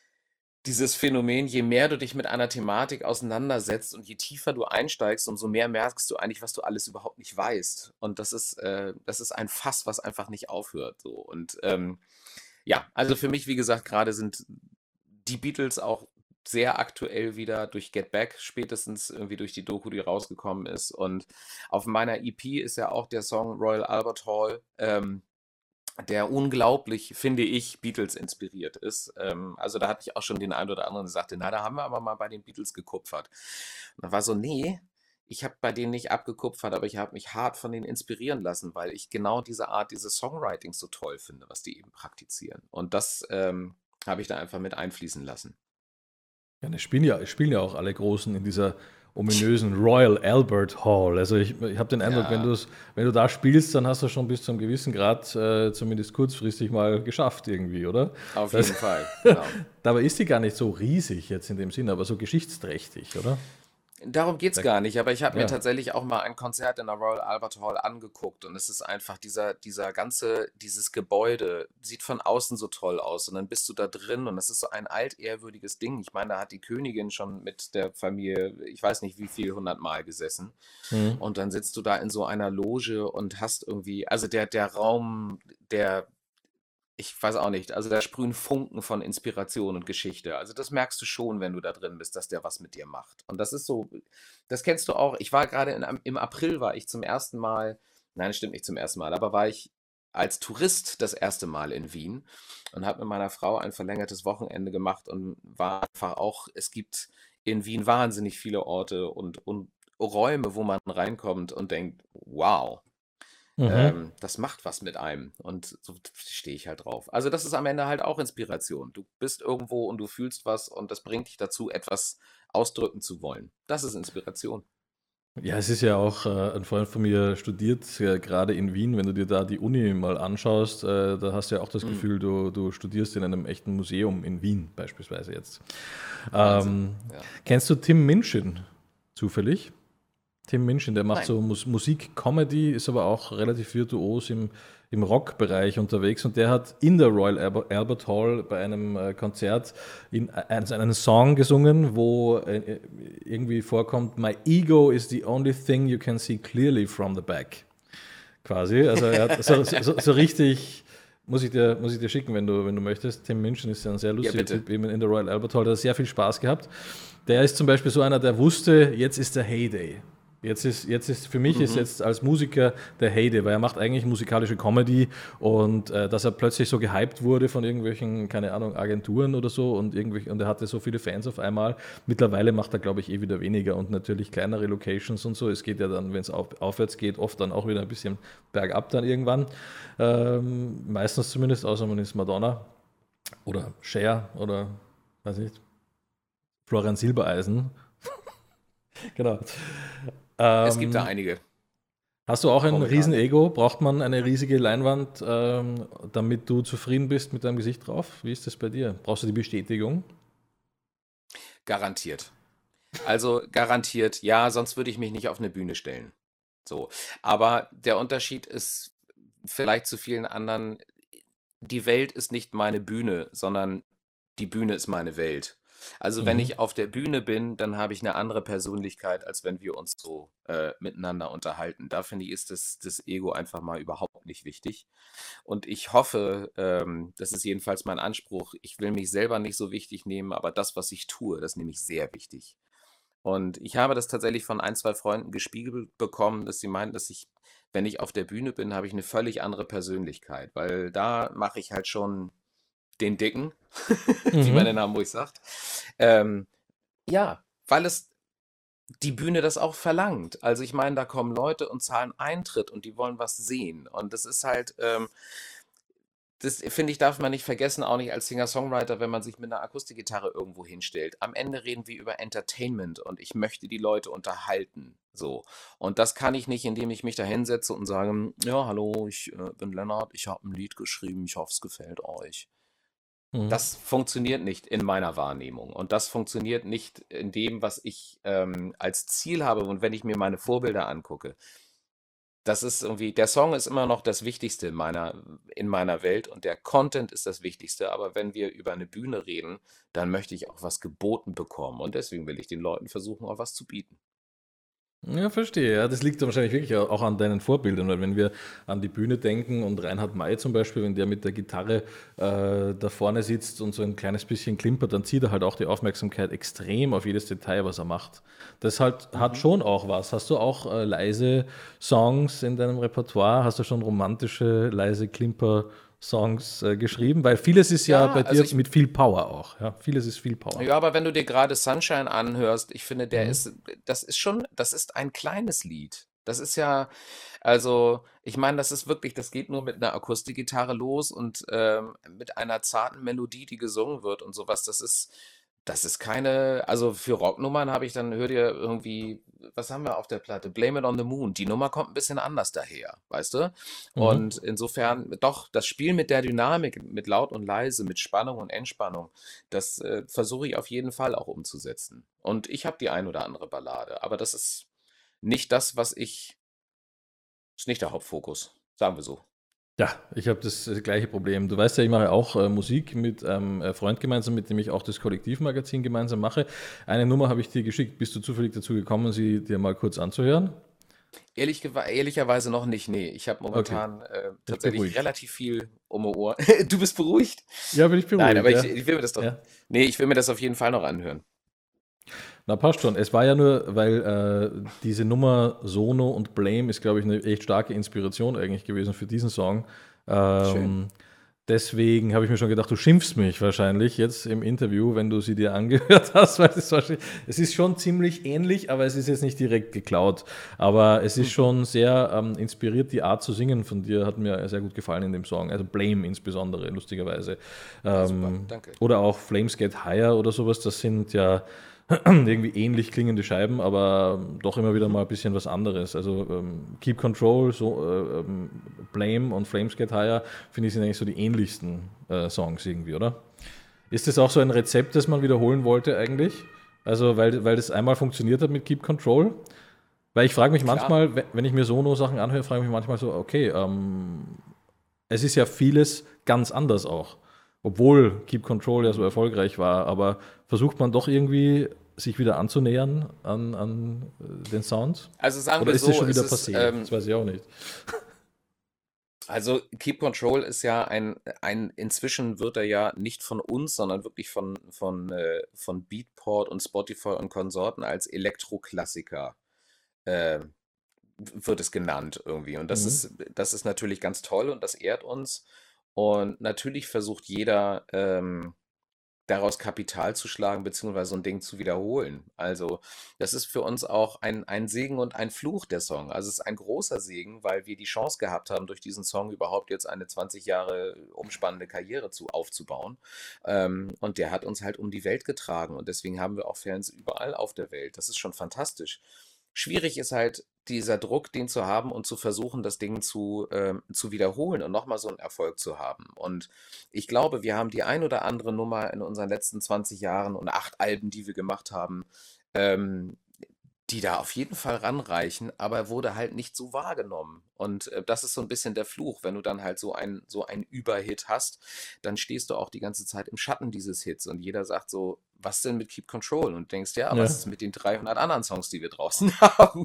dieses Phänomen, je mehr du dich mit einer Thematik auseinandersetzt und je tiefer du einsteigst, umso mehr merkst du eigentlich, was du alles überhaupt nicht weißt. Und das ist, äh, das ist ein Fass, was einfach nicht aufhört. So. Und ähm, ja, also für mich, wie gesagt, gerade sind die Beatles auch sehr aktuell wieder durch Get Back, spätestens irgendwie durch die Doku, die rausgekommen ist. Und auf meiner E P ist ja auch der Song Royal Albert Hall, ähm, der unglaublich, finde ich, Beatles inspiriert ist. Ähm, also da hatte ich auch schon den einen oder anderen, der sagte, na, da haben wir aber mal bei den Beatles gekupfert. Und dann war so, nee, ich habe bei denen nicht abgekupfert, aber ich habe mich hart von denen inspirieren lassen, weil ich genau diese Art dieses Songwritings so toll finde, was die eben praktizieren. Und das ähm, habe ich da einfach mit einfließen lassen. Ja, es spielen ja, es spielen ja auch alle Großen in dieser ominösen Royal Albert Hall. Also ich, ich habe den Eindruck, wenn, Ja, du's, wenn du da spielst, dann hast du schon bis zu einem gewissen Grad äh, zumindest kurzfristig mal geschafft irgendwie, oder? auf Das, jeden Fall, genau. dabei ist die gar nicht so riesig jetzt in dem Sinn, aber so geschichtsträchtig, oder? Darum geht's Da, gar nicht, aber ich habe mir ja. tatsächlich auch mal ein Konzert in der Royal Albert Hall angeguckt und es ist einfach dieser, dieser ganze, dieses Gebäude sieht von außen so toll aus und dann bist du da drin und es ist so ein altehrwürdiges Ding. Ich meine, da hat die Königin schon mit der Familie, ich weiß nicht wie viel, hundert Mal gesessen Mhm. und dann sitzt du da in so einer Loge und hast irgendwie, also der, der Raum, der ich weiß auch nicht, also da sprühen Funken von Inspiration und Geschichte. Also das merkst du schon, wenn du da drin bist, dass der was mit dir macht. Und das ist so, das kennst du auch. Ich war gerade in, im April, war ich zum ersten Mal, nein, das stimmt nicht zum ersten Mal, aber war ich als Tourist das erste Mal in Wien und habe mit meiner Frau ein verlängertes Wochenende gemacht und war einfach auch, es gibt in Wien wahnsinnig viele Orte und, und Räume, wo man reinkommt und denkt, wow. Mhm. Ähm, das macht was mit einem und so stehe ich halt drauf. Also das ist am Ende halt auch Inspiration. Du bist irgendwo und du fühlst was und das bringt dich dazu, etwas ausdrücken zu wollen. Das ist Inspiration. Ja, es ist ja auch, äh, ein Freund von mir studiert äh, gerade in Wien. Wenn du dir da die Uni mal anschaust, äh, da hast du ja auch das Mhm. Gefühl, du, du studierst in einem echten Museum in Wien beispielsweise jetzt. Wahnsinn. Ähm, Ja. Kennst du Tim Minchin zufällig? Tim Minchin, der macht Nein. so Mus Musik, Comedy, ist aber auch relativ virtuos im, im Rock-Bereich unterwegs und der hat in der Royal Alber- Albert Hall bei einem äh, Konzert in, ein, einen Song gesungen, wo äh, irgendwie vorkommt, My ego is the only thing you can see clearly from the back. Quasi. Also er hat so, so, so richtig, muss ich dir, muss ich dir schicken, wenn du, wenn du möchtest. Tim Minchin ist ja ein sehr Ja, lustiger bitte. Typ, eben in der Royal Albert Hall, der hat sehr viel Spaß gehabt. Der ist zum Beispiel so einer, der wusste, jetzt ist der Heyday. Jetzt ist, jetzt ist, für mich ist Mhm. jetzt als Musiker der Heyday, weil er macht eigentlich musikalische Comedy und äh, dass er plötzlich so gehypt wurde von irgendwelchen, keine Ahnung, Agenturen oder so und irgendwelche, und er hatte so viele Fans auf einmal. Mittlerweile macht er, glaube ich, eh wieder weniger und natürlich kleinere Locations und so. Es geht ja dann, wenn es auf, aufwärts geht, oft dann auch wieder ein bisschen bergab dann irgendwann. Ähm, meistens zumindest, außer man ist Madonna oder Cher oder, weiß nicht, Florian Silbereisen. Genau. Es gibt da Ähm, einige Hast du auch ein momentan. Riesen-Ego? Braucht man eine riesige Leinwand, ähm, damit du zufrieden bist mit deinem Gesicht drauf? Wie ist das bei dir? Brauchst du die Bestätigung? Garantiert. Also garantiert, ja, sonst würde ich mich nicht auf eine Bühne stellen. So. Aber der Unterschied ist vielleicht zu vielen anderen, die Welt ist nicht meine Bühne, sondern die Bühne ist meine Welt. Also wenn Mhm. ich auf der Bühne bin, dann habe ich eine andere Persönlichkeit, als wenn wir uns so äh, miteinander unterhalten. Da finde ich, ist das, das Ego einfach mal überhaupt nicht wichtig. Und ich hoffe, ähm, das ist jedenfalls mein Anspruch, ich will mich selber nicht so wichtig nehmen, aber das, was ich tue, das nehme ich sehr wichtig. Und ich habe das tatsächlich von ein, zwei Freunden gespiegelt bekommen, dass sie meinten, dass ich, wenn ich auf der Bühne bin, habe ich eine völlig andere Persönlichkeit, weil da mache ich halt schon den Dicken, wie man Mhm. in Hamburg sagt. Ähm, ja, weil es die Bühne das auch verlangt. Also ich meine, da kommen Leute und zahlen Eintritt und die wollen was sehen. Und das ist halt, ähm, das finde ich, darf man nicht vergessen, auch nicht als Singer-Songwriter, wenn man sich mit einer Akustikgitarre irgendwo hinstellt. Am Ende reden wir über Entertainment und ich möchte die Leute unterhalten. So. Und das kann ich nicht, indem ich mich da hinsetze und sage, ja, hallo, ich äh, bin Lennart, ich habe ein Lied geschrieben, ich hoffe, es gefällt euch. Mhm. Das funktioniert nicht in meiner Wahrnehmung. Und das funktioniert nicht in dem, was ich ähm, als Ziel habe. Und wenn ich mir meine Vorbilder angucke, das ist irgendwie, der Song ist immer noch das Wichtigste in meiner, in meiner Welt und der Content ist das Wichtigste. Aber wenn wir über eine Bühne reden, dann möchte ich auch was geboten bekommen. Und deswegen will ich den Leuten versuchen, auch was zu bieten. Ja, verstehe. Ja, das liegt wahrscheinlich wirklich au- auch an deinen Vorbildern, weil wenn wir an die Bühne denken und Reinhard May zum Beispiel, wenn der mit der Gitarre äh, da vorne sitzt und so ein kleines bisschen klimpert, dann zieht er halt auch die Aufmerksamkeit extrem auf jedes Detail, was er macht. Das halt, hat Mhm. schon auch was. Hast du auch äh, leise Songs in deinem Repertoire? Hast du schon romantische, leise Klimper-Songs äh, geschrieben? Weil vieles ist ja Ja, bei also dir ich, mit viel Power auch. Ja, vieles ist viel Power. ja, aber wenn du dir gerade Sunshine anhörst, ich finde, der Mhm. ist, das ist schon, das ist ein kleines Lied. Das ist ja, also, ich meine, das ist wirklich, das geht nur mit einer Akustikgitarre los und ähm, mit einer zarten Melodie, die gesungen wird und sowas. Das ist, Das ist keine, also für Rocknummern habe ich dann, hört ihr irgendwie, was haben wir auf der Platte? Blame It on the Moon. Die Nummer kommt ein bisschen anders daher, weißt du? Mhm. Und insofern, doch, das Spiel mit der Dynamik, mit laut und leise, mit Spannung und Entspannung, das äh, versuche ich auf jeden Fall auch umzusetzen. Und ich habe die ein oder andere Ballade, aber das ist nicht das, was ich, ist nicht der Hauptfokus, sagen wir so. Ja, ich habe das äh, gleiche Problem. Du weißt ja, ich mache auch äh, Musik mit einem äh, Freund gemeinsam, mit dem ich auch das Kollektivmagazin gemeinsam mache. Eine Nummer habe ich dir geschickt. Bist du zufällig dazu gekommen, sie dir mal kurz anzuhören? Ehrlich, gewa- ehrlicherweise noch nicht, nee. Ich habe Okay, momentan äh, jetzt tatsächlich beruhigt. relativ viel um die Ohren. Du bist beruhigt? Ja, bin ich Nein, beruhigt, aber ich, ja. ich will mir das doch. Ja. Nee, ich will mir das auf jeden Fall noch anhören. Na, passt schon. Es war ja nur, weil äh, diese Nummer Sono und Blame ist, glaube ich, eine echt starke Inspiration eigentlich gewesen für diesen Song. Schön. Ähm, deswegen habe ich mir schon gedacht, du schimpfst mich wahrscheinlich jetzt im Interview, wenn du sie dir angehört hast, weil es, wahrscheinlich, es ist schon ziemlich ähnlich, aber es ist jetzt nicht direkt geklaut. Aber es ist schon sehr ähm, inspiriert, die Art zu singen von dir hat mir sehr gut gefallen in dem Song. Also Blame insbesondere, lustigerweise. Ah, super, Ähm, danke. oder auch Flames Get Higher oder sowas, das sind ja irgendwie ähnlich klingende Scheiben, aber doch immer wieder mal ein bisschen was anderes. Also ähm, Keep Control, so, äh, ähm, Blame und Flames Get Higher, finde ich, sind eigentlich so die ähnlichsten äh, Songs irgendwie, oder? Ist das auch so ein Rezept, das man wiederholen wollte eigentlich? Also, weil, weil das einmal funktioniert hat mit Keep Control? Weil ich frage mich Klar. manchmal, we- wenn ich mir Sono-Sachen anhöre, frage ich mich manchmal so, okay, ähm, es ist ja vieles ganz anders auch. Obwohl Keep Control ja so Mhm. erfolgreich war, aber versucht man doch irgendwie sich wieder anzunähern an, an äh, den Sound? Also sagen Oder wir ist das so, schon es wieder ist, passé? ähm, Das weiß ich auch nicht. also Keep Control ist ja ein, ein, inzwischen wird er ja nicht von uns, sondern wirklich von, von, äh, von Beatport und Spotify und Konsorten als Elektroklassiker äh, wird es genannt irgendwie. Und das Mhm. ist, das ist natürlich ganz toll und das ehrt uns. Und natürlich versucht jeder, ähm, daraus Kapital zu schlagen, beziehungsweise so ein Ding zu wiederholen. Also, das ist für uns auch ein ein Segen und ein Fluch, der Song. Also, es ist ein großer Segen, weil wir die Chance gehabt haben, durch diesen Song überhaupt jetzt eine zwanzig Jahre umspannende Karriere zu aufzubauen. Ähm, und der hat uns halt um die Welt getragen und deswegen haben wir auch Fans überall auf der Welt. Das ist schon fantastisch. Schwierig ist halt dieser Druck, den zu haben und zu versuchen, das Ding zu, ähm, zu wiederholen und nochmal so einen Erfolg zu haben. Und ich glaube, wir haben die ein oder andere Nummer in unseren letzten zwanzig Jahren und acht Alben, die wir gemacht haben, ähm, die da auf jeden Fall ranreichen, aber wurde halt nicht so wahrgenommen. Und äh, das ist so ein bisschen der Fluch. Wenn du dann halt so ein, so einen Überhit hast, dann stehst du auch die ganze Zeit im Schatten dieses Hits und jeder sagt so, was denn mit Keep Control? Und denkst, ja, was Ja, ist mit den dreihundert anderen Songs, die wir draußen haben?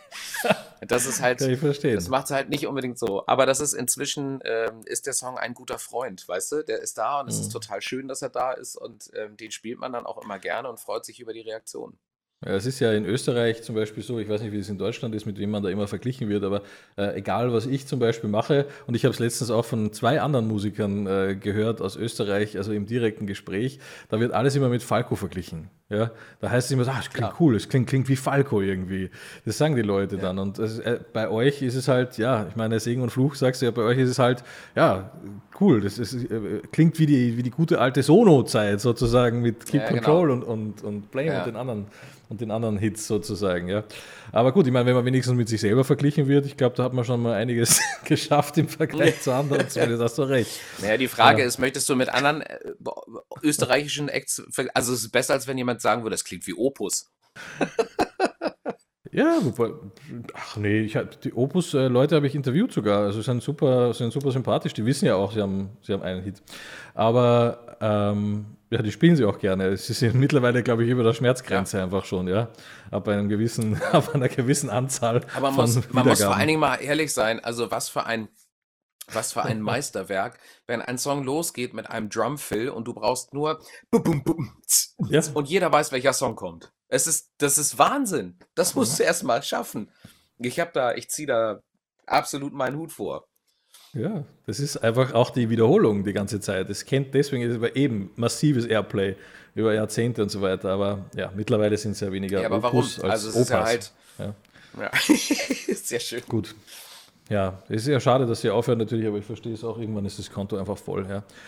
Das ist kann halt, ich das verstehen. macht es halt nicht unbedingt so. Aber das ist inzwischen, ähm, ist der Song ein guter Freund, weißt du? Der ist da und es ist Mhm. total schön, dass er da ist und ähm, den spielt man dann auch immer gerne und freut sich über die Reaktion. Ja, es ist ja in Österreich zum Beispiel so, ich weiß nicht, wie es in Deutschland ist, mit wem man da immer verglichen wird, aber äh, egal, was ich zum Beispiel mache, und ich habe es letztens auch von zwei anderen Musikern äh, gehört aus Österreich, also im direkten Gespräch, da wird alles immer mit Falco verglichen. Ja? Da heißt es immer so, ah, es klingt Klar. cool, es klingt, klingt wie Falco irgendwie. Das sagen die Leute Ja. dann. Und das, äh, bei euch ist es halt, ja, ich meine, Segen und Fluch sagst du ja, bei euch ist es halt, ja, cool, das ist, äh, klingt wie die, wie die gute alte Sono-Zeit sozusagen mit Keep Ja, genau. Control und, und, und Blame und den Ja. anderen und den anderen Hits sozusagen, ja. Aber gut, ich meine, wenn man wenigstens mit sich selber verglichen wird, ich glaube, da hat man schon mal einiges geschafft im Vergleich zu anderen, zumindest hast du recht. Naja, die Frage Ja, ist, möchtest du mit anderen äh, österreichischen Acts, ver- also es ist besser, als wenn jemand sagen würde, das klingt wie Opus. ja wobei, ach nee, ich hab, die Opus-Leute habe ich interviewt sogar, also sind super, sind super sympathisch, die wissen ja auch, sie haben, sie haben einen Hit. Aber ähm, ja, die spielen sie auch gerne. Sie sind mittlerweile, glaube ich, über der Ja, Schmerzgrenze einfach schon, ja. Ab einem gewissen, ja. ab einer gewissen Anzahl Aber man von muss, man muss vor allen Wiedergaben. Dingen mal ehrlich sein, also was für ein, was für ein Meisterwerk, wenn ein Song losgeht mit einem Drumfill und du brauchst nur bum, bum, bum, tz, Ja. tz, und jeder weiß, welcher Song kommt. Es ist, das ist Wahnsinn. Das musst du erst mal schaffen. Ich habe da, ich ziehe da absolut meinen Hut vor. Ja, das ist einfach auch die Wiederholung die ganze Zeit. Es kennt deswegen ist es aber eben massives Airplay über Jahrzehnte und so weiter. Aber ja, mittlerweile sind es ja Ja, weniger aber warum? Opus Also als es ist ja Opas. halt, Ja, ja, sehr schön. gut. Ja, es ist ja schade, dass sie aufhören natürlich, aber ich verstehe es auch. Irgendwann ist das Konto einfach voll. Ja.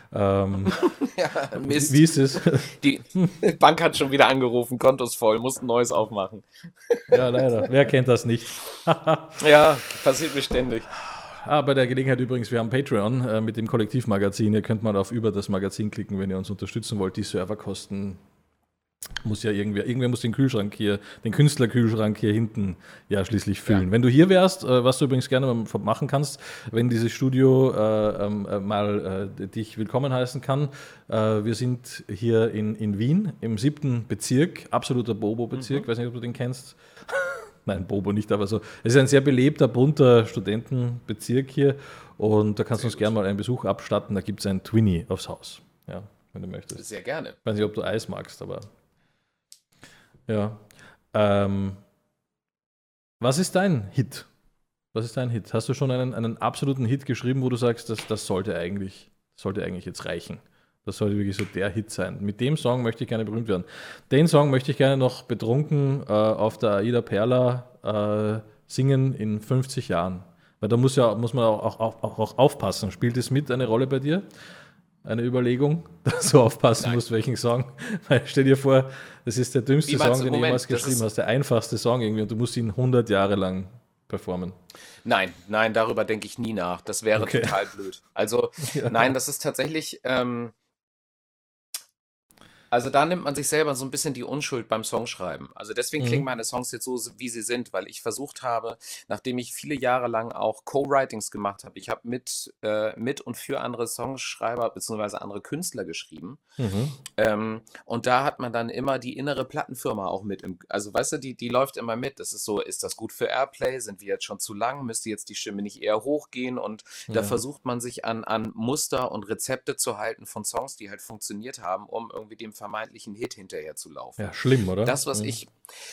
Ähm, Ja, wie, Mist. wie ist es? Die Bank hat schon wieder angerufen, Konto ist voll, muss ein neues aufmachen. Ja, leider. Wer kennt das nicht? Ja, passiert mir ständig. Ah, bei der Gelegenheit übrigens, wir haben Patreon äh, mit dem Kollektivmagazin. Ihr könnt mal auf über das Magazin klicken, wenn ihr uns unterstützen wollt. Die Serverkosten muss ja irgendwer, irgendwer muss den Kühlschrank hier, den Künstlerkühlschrank hier hinten ja schließlich füllen. Ja. Wenn du hier wärst, äh, was du übrigens gerne mal machen kannst, wenn dieses Studio äh, ähm, äh, mal äh, dich willkommen heißen kann. Äh, wir sind hier in, in Wien im siebten Bezirk, absoluter Bobo-Bezirk, weiß nicht, ob du den kennst. Nein, Bobo nicht, aber so. Es ist ein sehr belebter, bunter Studentenbezirk hier und da kannst du Sehr uns gerne gut. mal einen Besuch abstatten. Da gibt es ein Twinnie aufs Haus, ja, wenn du möchtest. Sehr gerne. Ich weiß nicht, ob du Eis magst, aber ja. Ähm, was ist dein Hit? Was ist dein Hit? Hast du schon einen, einen absoluten Hit geschrieben, wo du sagst, das, das sollte eigentlich, sollte eigentlich jetzt reichen? Das sollte wirklich so der Hit sein. Mit dem Song möchte ich gerne berühmt werden. Den Song möchte ich gerne noch betrunken äh, auf der Aida Perla äh, singen in fünfzig Jahren. Weil da muss, ja, muss man auch, auch, auch, auch aufpassen. Spielt es mit eine Rolle bei dir? Eine Überlegung, dass du aufpassen Nein. musst, welchen Song. Weil stell dir vor, das ist der dümmste Wie meinst Song, du? den du Moment, jemals das geschrieben ist. hast, der einfachste Song irgendwie und du musst ihn hundert Jahre lang performen. Nein, nein, darüber denke ich nie nach. Das wäre Okay. total blöd. Also, Ja. nein, das ist tatsächlich. Ähm, Also da nimmt man sich selber so ein bisschen die Unschuld beim Songschreiben. Also deswegen klingen Mhm. meine Songs jetzt so, wie sie sind, weil ich versucht habe, nachdem ich viele Jahre lang auch Co-Writings gemacht habe, ich habe mit, äh, mit und für andere Songschreiber bzw. andere Künstler geschrieben. Mhm. Ähm, und da hat man dann immer die innere Plattenfirma auch mit im, also weißt du, die, die läuft immer mit. Das ist so, ist das gut für Airplay? Sind wir jetzt schon zu lang? Müsste jetzt die Stimme nicht eher hochgehen? Und da Ja. versucht man sich an, an Muster und Rezepte zu halten von Songs, die halt funktioniert haben, um irgendwie dem vermeintlichen Hit hinterher zu laufen. Ja, schlimm, oder? Das, was Mhm. ich,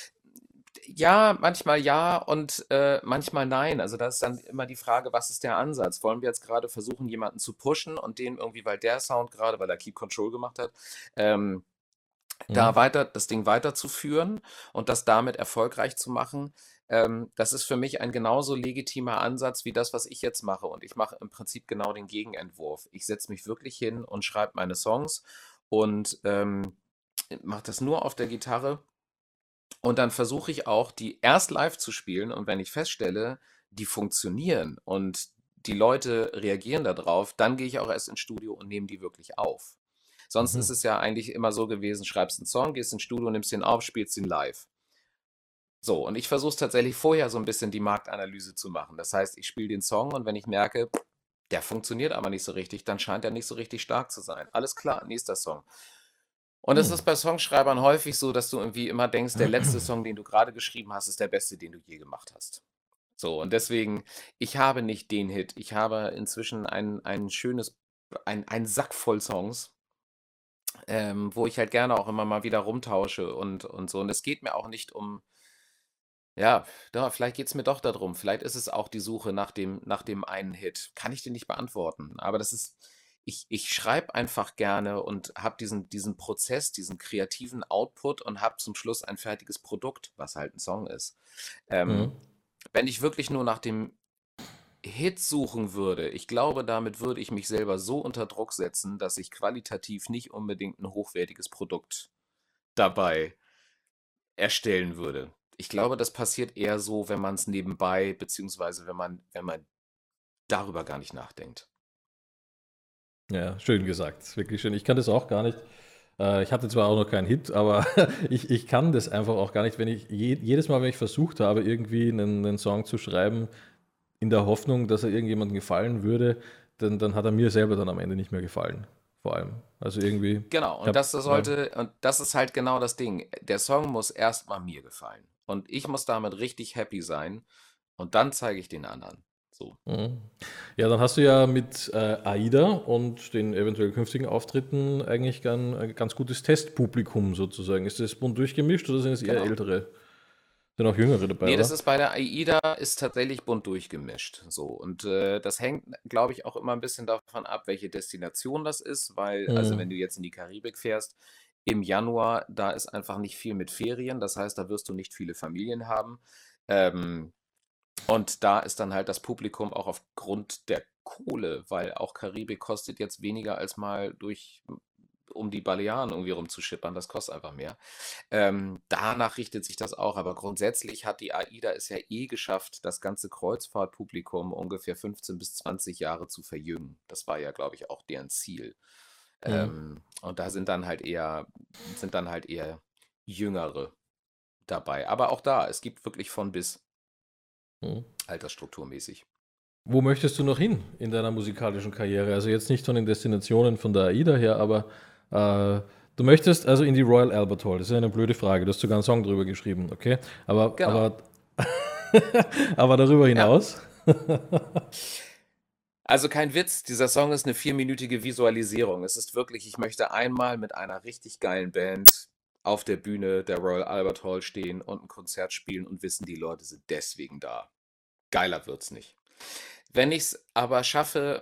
ja, manchmal ja und äh, manchmal nein. Also da ist dann immer die Frage, was ist der Ansatz? Wollen wir jetzt gerade versuchen, jemanden zu pushen und den irgendwie, weil der Sound gerade, weil er Keep Control gemacht hat, ähm, da Mhm. weiter, das Ding weiterzuführen und das damit erfolgreich zu machen? Ähm, das ist für mich ein genauso legitimer Ansatz wie das, was ich jetzt mache. Und ich mache im Prinzip genau den Gegenentwurf. Ich setze mich wirklich hin und schreibe meine Songs und ähm, mache das nur auf der Gitarre. Und dann versuche ich auch, die erst live zu spielen. Und wenn ich feststelle, die funktionieren und die Leute reagieren darauf, dann gehe ich auch erst ins Studio und nehme die wirklich auf. Sonst ist Mhm. es ja eigentlich immer so gewesen, schreibst einen Song, gehst ins Studio, nimmst den auf, spielst ihn live. So, und ich versuche es tatsächlich vorher so ein bisschen die Marktanalyse zu machen. Das heißt, ich spiele den Song und wenn ich merke, der funktioniert aber nicht so richtig, dann scheint er nicht so richtig stark zu sein. Alles klar, nächster Song. Und es Hm. ist bei Songschreibern häufig so, dass du irgendwie immer denkst, der letzte Song, den du gerade geschrieben hast, ist der beste, den du je gemacht hast. So, und deswegen, ich habe nicht den Hit. Ich habe inzwischen ein, ein schönes, ein, ein Sack voll Songs, ähm, wo ich halt gerne auch immer mal wieder rumtausche und, und so. Und es geht mir auch nicht um, ja, da, vielleicht geht es mir doch darum. Vielleicht ist es auch die Suche nach dem, nach dem einen Hit. Kann ich dir nicht beantworten. Aber das ist, ich, ich schreibe einfach gerne und habe diesen, diesen Prozess, diesen kreativen Output und habe zum Schluss ein fertiges Produkt, was halt ein Song ist. Ähm, Mhm. wenn ich wirklich nur nach dem Hit suchen würde, ich glaube, damit würde ich mich selber so unter Druck setzen, dass ich qualitativ nicht unbedingt ein hochwertiges Produkt dabei erstellen würde. Ich glaube, das passiert eher so, wenn man es nebenbei, beziehungsweise wenn man, wenn man darüber gar nicht nachdenkt. Ja, schön gesagt. Wirklich schön. Ich kann das auch gar nicht. Äh, ich hatte zwar auch noch keinen Hit, aber ich, ich kann das einfach auch gar nicht, wenn ich je, jedes Mal, wenn ich versucht habe, irgendwie einen, einen Song zu schreiben, in der Hoffnung, dass er irgendjemandem gefallen würde, dann, dann hat er mir selber dann am Ende nicht mehr gefallen. Vor allem. Also irgendwie, Genau, ich und habe, das ja. sollte, und das ist halt genau das Ding. Der Song muss erstmal mir gefallen. Und ich muss damit richtig happy sein. Und dann zeige ich den anderen. So. Mhm. Ja, dann hast du ja mit äh, Aida und den eventuell künftigen Auftritten eigentlich ein, ein ganz gutes Testpublikum sozusagen. Ist das bunt durchgemischt oder sind es eher Genau. ältere? Sind auch Jüngere dabei, Nee, das oder? ist bei der AIDA ist tatsächlich bunt durchgemischt. So. Und äh, das hängt, glaube ich, auch immer ein bisschen davon ab, welche Destination das ist, weil, also wenn Mhm. du jetzt in die Karibik fährst, im Januar, da ist einfach nicht viel mit Ferien. Das heißt, da wirst du nicht viele Familien haben. Ähm, Und da ist dann halt das Publikum auch aufgrund der Kohle, weil auch Karibik kostet jetzt weniger als mal durch um die Balearen irgendwie rumzuschippern, das kostet einfach mehr. Ähm, danach richtet sich das auch, aber grundsätzlich hat die AIDA es ja eh geschafft, das ganze Kreuzfahrtpublikum ungefähr fünfzehn bis zwanzig Jahre zu verjüngen. Das war ja, glaube ich, auch deren Ziel. Mhm. Ähm, und da sind dann halt eher, sind dann halt eher Jüngere dabei. Aber auch da, es gibt wirklich von bis Mhm. altersstrukturmäßig. Wo möchtest du noch hin in deiner musikalischen Karriere? Also jetzt nicht von den Destinationen von der AIDA her, aber äh, du möchtest also in die Royal Albert Hall. Das ist eine blöde Frage. Du hast sogar einen Song drüber geschrieben, okay? Aber, Genau. aber, aber darüber Ja. hinaus? Also kein Witz, dieser Song ist eine vierminütige Visualisierung. Es ist wirklich, ich möchte einmal mit einer richtig geilen Band auf der Bühne der Royal Albert Hall stehen und ein Konzert spielen und wissen, die Leute sind deswegen da. Geiler wird's nicht. Wenn ich es aber schaffe,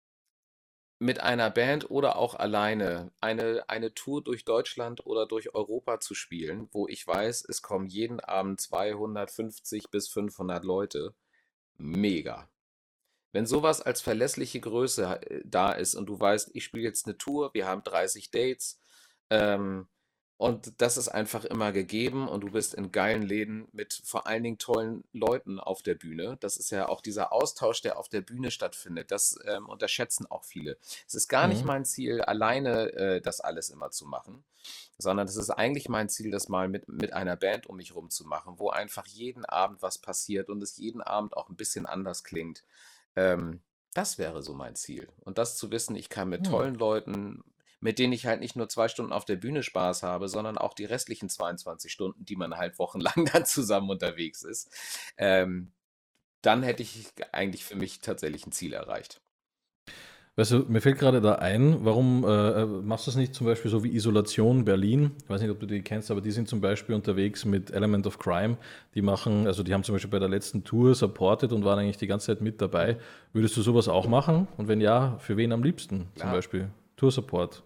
mit einer Band oder auch alleine eine, eine Tour durch Deutschland oder durch Europa zu spielen, wo ich weiß, es kommen jeden Abend zweihundertfünfzig bis fünfhundert Leute, mega. Wenn sowas als verlässliche Größe äh, da ist und du weißt, ich spiele jetzt eine Tour, wir haben dreißig Dates, ähm, und das ist einfach immer gegeben und du bist in geilen Läden mit vor allen Dingen tollen Leuten auf der Bühne. Das ist ja auch dieser Austausch, der auf der Bühne stattfindet. Das ähm, unterschätzen auch viele. Es ist gar nicht Mhm. mein Ziel, alleine äh, das alles immer zu machen, sondern es ist eigentlich mein Ziel, das mal mit, mit einer Band um mich rum zu machen, wo einfach jeden Abend was passiert und es jeden Abend auch ein bisschen anders klingt. Ähm, Das wäre so mein Ziel. Und das zu wissen, ich kann mit Hm. tollen Leuten, mit denen ich halt nicht nur zwei Stunden auf der Bühne Spaß habe, sondern auch die restlichen zweiundzwanzig Stunden, die man halt wochenlang dann zusammen unterwegs ist, ähm, dann hätte ich eigentlich für mich tatsächlich ein Ziel erreicht. Weißt du, mir fällt gerade da ein, warum äh, äh, machst du es nicht zum Beispiel so wie Isolation Berlin? Ich weiß nicht, ob du die kennst, aber die sind zum Beispiel unterwegs mit Element of Crime. Die machen, also die haben zum Beispiel bei der letzten Tour supported und waren eigentlich die ganze Zeit mit dabei. Mhm. Würdest du sowas auch machen? Und wenn ja, für wen am liebsten zum Klar. Beispiel? Tour Support.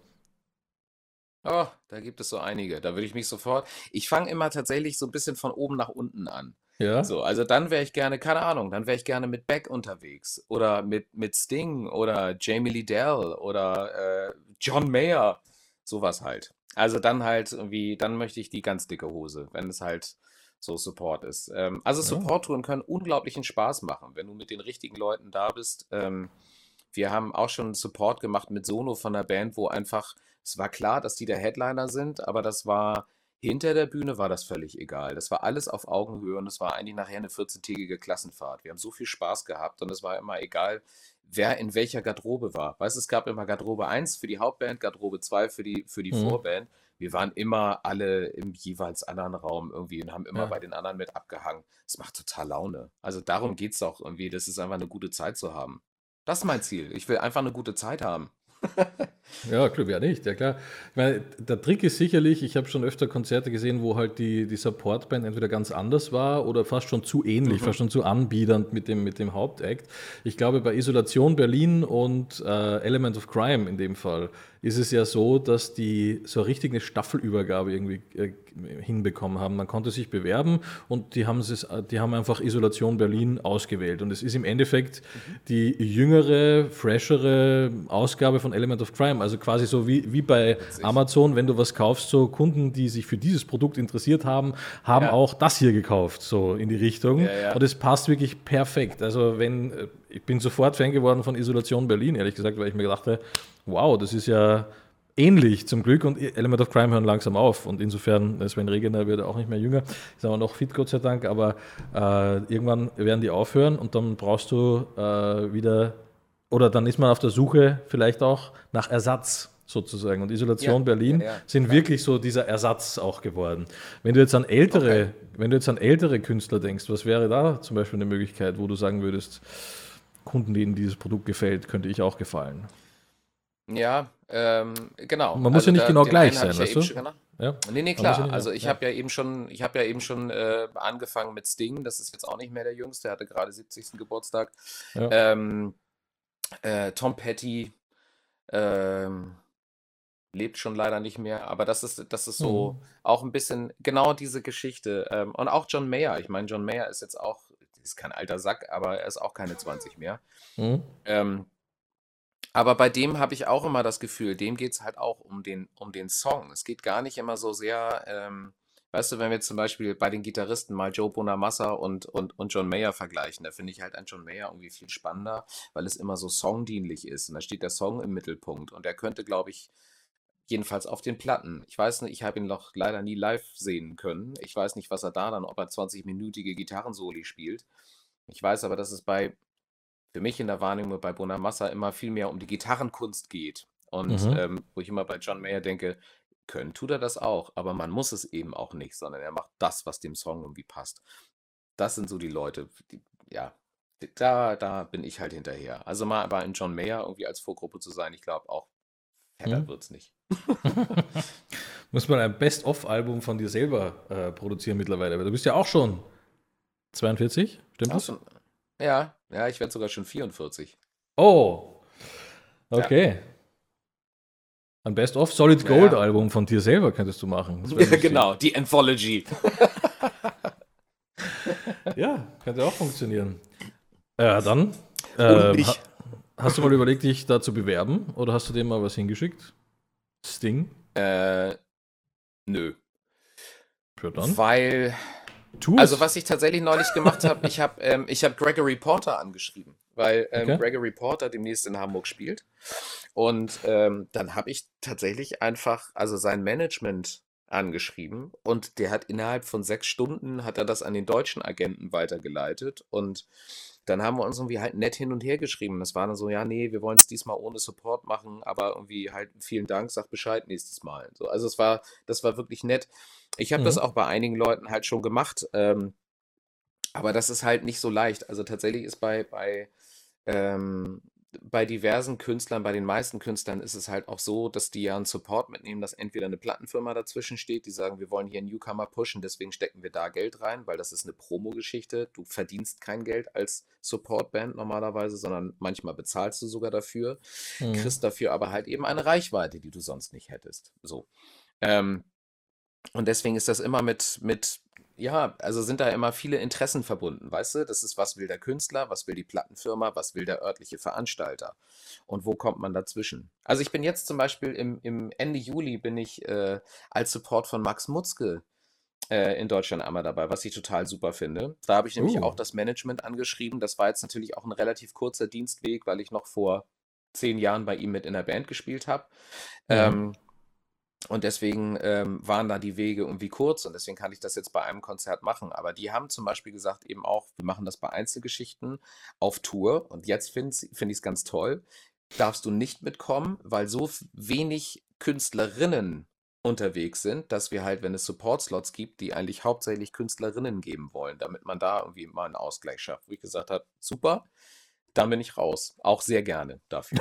Oh, da gibt es so einige. Da würde ich mich sofort. Ich fange immer tatsächlich so ein bisschen von oben nach unten an. Ja? So, also dann wäre ich gerne, keine Ahnung, dann wäre ich gerne mit Beck unterwegs oder mit, mit Sting oder Jamie Lee Dell oder äh, John Mayer, sowas halt. Also dann halt irgendwie, dann möchte ich die ganz dicke Hose, wenn es halt so Support ist. Ähm, also Ja. Support-Touren können unglaublichen Spaß machen, wenn du mit den richtigen Leuten da bist. Ähm, wir haben auch schon Support gemacht mit Sono von der Band, wo einfach, es war klar, dass die der Headliner sind, aber das war hinter der Bühne war das völlig egal. Das war alles auf Augenhöhe und es war eigentlich nachher eine vierzehntägige Klassenfahrt. Wir haben so viel Spaß gehabt und es war immer egal, wer in welcher Garderobe war. Weißt du, es gab immer Garderobe eins für die Hauptband, Garderobe zwei für die, für die Mhm. Vorband. Wir waren immer alle im jeweils anderen Raum irgendwie und haben immer Ja. bei den anderen mit abgehangen. Es macht total Laune. Also darum geht es auch irgendwie. Das ist einfach eine gute Zeit zu haben. Das ist mein Ziel. Ich will einfach eine gute Zeit haben. Ja, klar, wer nicht, ja klar. Ich meine, der Trick ist sicherlich, ich habe schon öfter Konzerte gesehen, wo halt die, die Supportband entweder ganz anders war oder fast schon zu ähnlich, Mhm. fast schon zu anbiedernd mit dem, mit dem Hauptact. Ich glaube, bei Isolation Berlin und äh, Element of Crime in dem Fall ist es ja so, dass die so richtig eine Staffelübergabe irgendwie äh, hinbekommen haben. Man konnte sich bewerben und die haben, es, die haben einfach Isolation Berlin ausgewählt. Und es ist im Endeffekt Mhm. die jüngere, freshere Ausgabe von Element of Crime. Also quasi so wie, wie bei Witzig. Amazon, wenn du was kaufst, so Kunden, die sich für dieses Produkt interessiert haben, haben Ja. auch das hier gekauft, so in die Richtung. Ja, ja. Und es passt wirklich perfekt. Also wenn, äh, ich bin sofort Fan geworden von Isolation Berlin, ehrlich gesagt, weil ich mir dachte, wow, das ist ja ähnlich zum Glück und Element of Crime hören langsam auf und insofern, Sven Regener wird auch nicht mehr jünger, ist aber noch fit, Gott sei Dank, aber äh, irgendwann werden die aufhören und dann brauchst du äh, wieder, oder dann ist man auf der Suche vielleicht auch nach Ersatz sozusagen und Isolation Ja, Berlin ja, ja, sind klar. wirklich so dieser Ersatz auch geworden. Wenn du jetzt an ältere, Okay. wenn du jetzt an ältere Künstler denkst, was wäre da zum Beispiel eine Möglichkeit, wo du sagen würdest, Kunden, denen dieses Produkt gefällt, könnte ich auch gefallen? Ja, ähm, genau. Man muss ja Also nicht da, genau den gleich einen habe sein, ich ja weißt eben du? schon genannt. Ja, Nee, nee, man muss ja klar. nicht, Also ich ja. habe ja eben schon, ich habe ja eben schon äh, angefangen mit Sting. Das ist jetzt auch nicht mehr der Jüngste. Er hatte gerade siebzigsten Geburtstag. Ja. Ähm, äh, Tom Petty ähm, lebt schon leider nicht mehr. Aber das ist, das ist so Mhm. auch ein bisschen genau diese Geschichte. Ähm, und auch John Mayer. Ich meine, John Mayer ist jetzt auch ist kein alter Sack, aber er ist auch keine zwanzig mehr. Mhm. Ähm, aber bei dem habe ich auch immer das Gefühl, dem geht es halt auch um den, um den Song. Es geht gar nicht immer so sehr, ähm, weißt du, wenn wir zum Beispiel bei den Gitarristen mal Joe Bonamassa und, und, und John Mayer vergleichen, da finde ich halt einen John Mayer irgendwie viel spannender, weil es immer so songdienlich ist. Und da steht der Song im Mittelpunkt. Und er könnte, glaube ich, jedenfalls auf den Platten. Ich weiß nicht, ich habe ihn noch leider nie live sehen können. Ich weiß nicht, was er da dann, ob er zwanzig-minütige Gitarrensoli spielt. Ich weiß aber, dass es bei, für mich in der Wahrnehmung bei Bonamassa immer viel mehr um die Gitarrenkunst geht. Und Mhm. ähm, wo ich immer bei John Mayer denke, können tut er das auch, aber man muss es eben auch nicht, sondern er macht das, was dem Song irgendwie passt. Das sind so die Leute, die, ja, da, da bin ich halt hinterher. Also mal bei einem John Mayer irgendwie als Vorgruppe zu sein, ich glaube auch, fetter Mhm. wird's nicht. Muss man ein Best-of-Album von dir selber äh, produzieren mittlerweile? Weil du bist ja auch schon zweiundvierzig, stimmt Auch das? schon, ja, ja, ich werde sogar schon vierundvierzig. Oh, Ja, okay. Ein Best-of Solid naja, Gold-Album von dir selber könntest du machen. Das wäre lustig. genau, die Anthology. Ja, könnte auch funktionieren. Ja, dann. Und Ähm, ha nicht. hast du mal überlegt, dich da zu bewerben? Oder hast du dem mal was hingeschickt? Sting? Äh, nö. Ja, dann. Weil, Tu also es. was ich tatsächlich neulich gemacht habe, ich habe ähm, ich hab Gregory Porter angeschrieben, weil ähm, Okay. Gregory Porter demnächst in Hamburg spielt. Und ähm, dann habe ich tatsächlich einfach, also sein Management angeschrieben und der hat innerhalb von sechs Stunden hat er das an den deutschen Agenten weitergeleitet und dann haben wir uns irgendwie halt nett hin und her geschrieben. Das war dann so, ja, nee, wir wollen es diesmal ohne Support machen, aber irgendwie halt vielen Dank, sag Bescheid nächstes Mal. So, also es war, das war wirklich nett. Ich habe das Mhm. auch bei einigen Leuten halt schon gemacht, ähm, aber das ist halt nicht so leicht. Also tatsächlich ist bei, bei, ähm, bei diversen Künstlern, bei den meisten Künstlern ist es halt auch so, dass die ja einen Support mitnehmen, dass entweder eine Plattenfirma dazwischen steht, die sagen, wir wollen hier einen Newcomer pushen, deswegen stecken wir da Geld rein, weil das ist eine Promo-Geschichte. Du verdienst kein Geld als Supportband normalerweise, sondern manchmal bezahlst du sogar dafür, Mhm. kriegst dafür aber halt eben eine Reichweite, die du sonst nicht hättest. So. Ähm, und deswegen ist das immer mit, mit, ja, also sind da immer viele Interessen verbunden, weißt du? Das ist, was will der Künstler, was will die Plattenfirma, was will der örtliche Veranstalter und wo kommt man dazwischen? Also ich bin jetzt zum Beispiel im, im Ende Juli bin ich äh, als Support von Max Mutzke äh, in Deutschland einmal dabei, was ich total super finde. Da habe ich nämlich auch Uh. das Management angeschrieben. Das war jetzt natürlich auch ein relativ kurzer Dienstweg, weil ich noch vor zehn Jahren bei ihm mit in der Band gespielt habe. Mhm. Ähm, und deswegen ähm, waren da die Wege irgendwie kurz und deswegen kann ich das jetzt bei einem Konzert machen. Aber die haben zum Beispiel gesagt, eben auch, wir machen das bei Einzelgeschichten auf Tour. Und jetzt finde find ich es ganz toll. Darfst du nicht mitkommen, weil so f- wenig Künstlerinnen unterwegs sind, dass wir halt, wenn es Support-Slots gibt, die eigentlich hauptsächlich Künstlerinnen geben wollen, damit man da irgendwie mal einen Ausgleich schafft. Wo ich gesagt habe, super, dann bin ich raus. Auch sehr gerne dafür.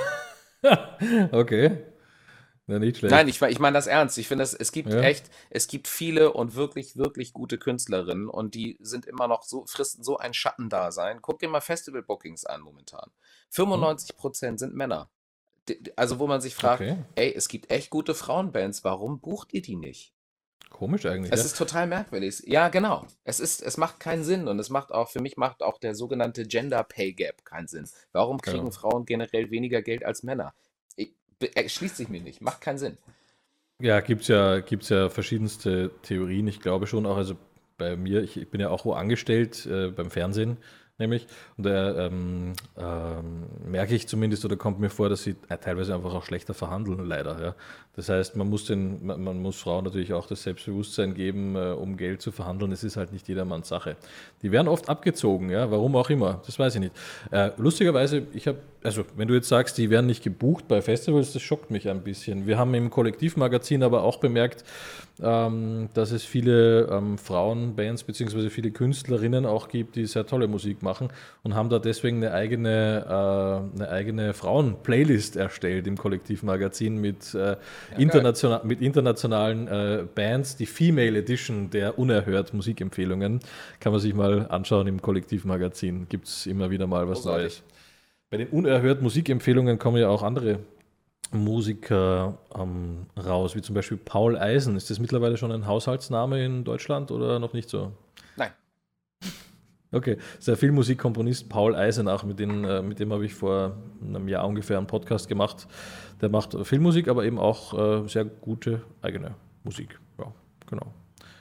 Okay. Ja, nicht Nein, schlecht. ich, ich meine das ernst. Ich finde, es, es gibt Ja. echt, es gibt viele und wirklich, wirklich gute Künstlerinnen und die sind immer noch so, fristen so ein Schattendasein. Guck dir mal Festival-Bookings an momentan. Hm? fünfundneunzig Prozent sind Männer. D- d- Also wo man sich fragt, Okay. ey, es gibt echt gute Frauenbands, warum bucht ihr die nicht? Komisch eigentlich, Es ja. ist total merkwürdig. Ja, genau. Es ist, es macht keinen Sinn und es macht auch, für mich macht auch der sogenannte Gender Pay Gap keinen Sinn. Warum kriegen Ja. Frauen generell weniger Geld als Männer? Ich, be- erschließt sich mir nicht, macht keinen Sinn. Ja, gibt es ja, gibt's ja verschiedenste Theorien. Ich glaube schon auch, also bei mir, ich, ich bin ja auch wo angestellt, äh, beim Fernsehen nämlich. Und da ähm, ähm, merke ich zumindest oder kommt mir vor, dass sie äh, teilweise einfach auch schlechter verhandeln, leider. Ja. Das heißt, man muss, den, man, man muss Frauen natürlich auch das Selbstbewusstsein geben, äh, um Geld zu verhandeln. Es ist halt nicht jedermanns Sache. Die werden oft abgezogen, ja, warum auch immer, das weiß ich nicht. Äh, lustigerweise, ich habe, also wenn du jetzt sagst, die werden nicht gebucht bei Festivals, das schockt mich ein bisschen. Wir haben im Kollektivmagazin aber auch bemerkt, ähm, dass es viele ähm, Frauenbands bzw. viele Künstlerinnen auch gibt, die sehr tolle Musik machen und haben da deswegen eine eigene, äh, eine eigene Frauen-Playlist erstellt im Kollektivmagazin mit, äh, Ja, geil. international, mit internationalen äh, Bands. Die Female Edition der Unerhört Musikempfehlungen kann man sich mal anschauen im Kollektivmagazin. Gibt es immer wieder mal was Großartig. Neues. Bei den Unerhört Musikempfehlungen kommen ja auch andere Musiker ähm, raus, wie zum Beispiel Paul Eisen. Ist das mittlerweile schon ein Haushaltsname in Deutschland oder noch nicht so? Nein. Okay, sehr viel Musikkomponist Paul Eisenach, mit dem, äh, mit dem habe ich vor einem Jahr ungefähr einen Podcast gemacht. Der macht Filmmusik, aber eben auch äh, sehr gute eigene Musik. Ja, genau.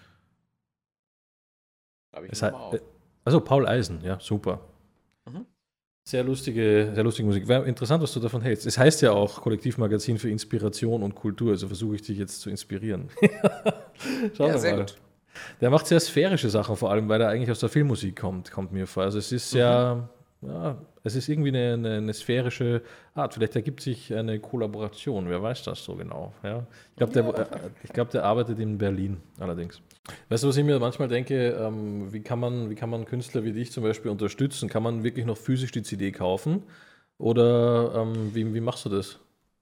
Habe ich Es noch hat, mal auf. äh, also Paul Eisen, ja, super. Mhm. Sehr lustige, sehr lustige Musik. Wäre interessant, was du davon hältst. Es heißt ja auch Kollektivmagazin für Inspiration und Kultur, also versuche ich dich jetzt zu inspirieren. Schauen Ja, wir sehr mal. gut. Der macht sehr sphärische Sachen, vor allem, weil er eigentlich aus der Filmmusik kommt, kommt mir vor. Also es ist Mhm. ja, ja es ist irgendwie eine, eine, eine sphärische Art. Vielleicht ergibt sich eine Kollaboration, wer weiß das so genau. Ja. Ich glaube, der, äh, ich glaub, der arbeitet in Berlin allerdings. Weißt du, was ich mir manchmal denke, ähm, wie kann man, wie kann man Künstler wie dich zum Beispiel unterstützen? Kann man wirklich noch physisch die C D kaufen? Oder ähm, wie, wie machst du das?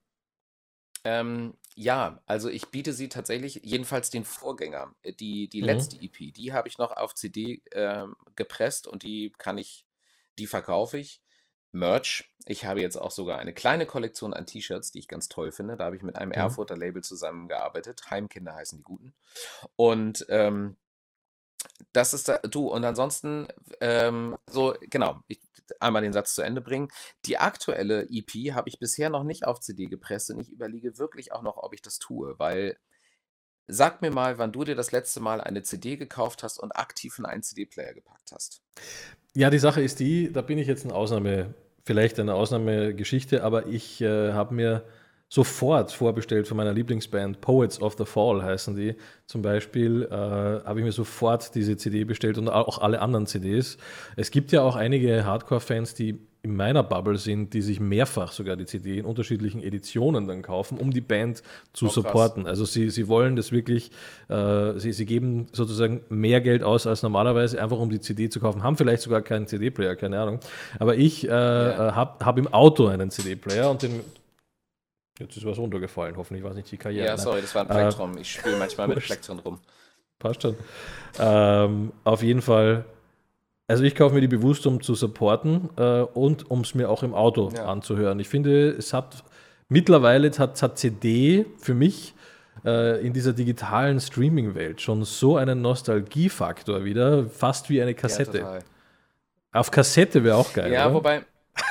Ähm, ja, also ich biete sie tatsächlich, jedenfalls den Vorgänger, äh, die, die Mhm. letzte E P, die habe ich noch auf C D ähm, gepresst und die kann ich, die verkaufe ich. Merch. Ich habe jetzt auch sogar eine kleine Kollektion an T-Shirts, die ich ganz toll finde. Da habe ich mit einem Mhm. Erfurter Label zusammengearbeitet. Heimkinder heißen die Guten. Und ähm, das ist da, du, und ansonsten, ähm, so, genau, ich einmal den Satz zu Ende bringen. Die aktuelle E P habe ich bisher noch nicht auf C D gepresst und ich überlege wirklich auch noch, ob ich das tue, weil sag mir mal, wann du dir das letzte Mal eine C D gekauft hast und aktiv in einen C D-Player gepackt hast. Ja, die Sache ist die, da bin ich jetzt eine Ausnahme, vielleicht eine Ausnahmegeschichte, aber ich äh, habe mir sofort vorbestellt von meiner Lieblingsband, Poets of the Fall heißen die. Zum Beispiel äh, habe ich mir sofort diese C D bestellt und auch alle anderen C Ds. Es gibt ja auch einige Hardcore-Fans, die in meiner Bubble sind, die sich mehrfach sogar die C D in unterschiedlichen Editionen dann kaufen, um die Band zu Oh, krass. supporten. Also sie, sie wollen das wirklich, äh, sie, sie geben sozusagen mehr Geld aus als normalerweise, einfach um die C D zu kaufen, haben vielleicht sogar keinen C D-Player, keine Ahnung. Aber ich äh, Ja. habe hab im Auto einen C D-Player und den, jetzt ist was runtergefallen, hoffentlich war es nicht die Karriere. Ja, Nein. sorry, das war ein Äh, Plektrum. Ich spiele manchmal mit wurscht. Plektren rum. Passt schon. Ähm, auf jeden Fall, also ich kaufe mir die bewusst, um zu supporten äh, und um es mir auch im Auto Ja. anzuhören. Ich finde, es hat mittlerweile hat, hat C D für mich äh, in dieser digitalen Streaming-Welt schon so einen Nostalgiefaktor wieder, fast wie eine Ja, Kassette. total. Auf Kassette wäre auch geil, Ja, oder? wobei,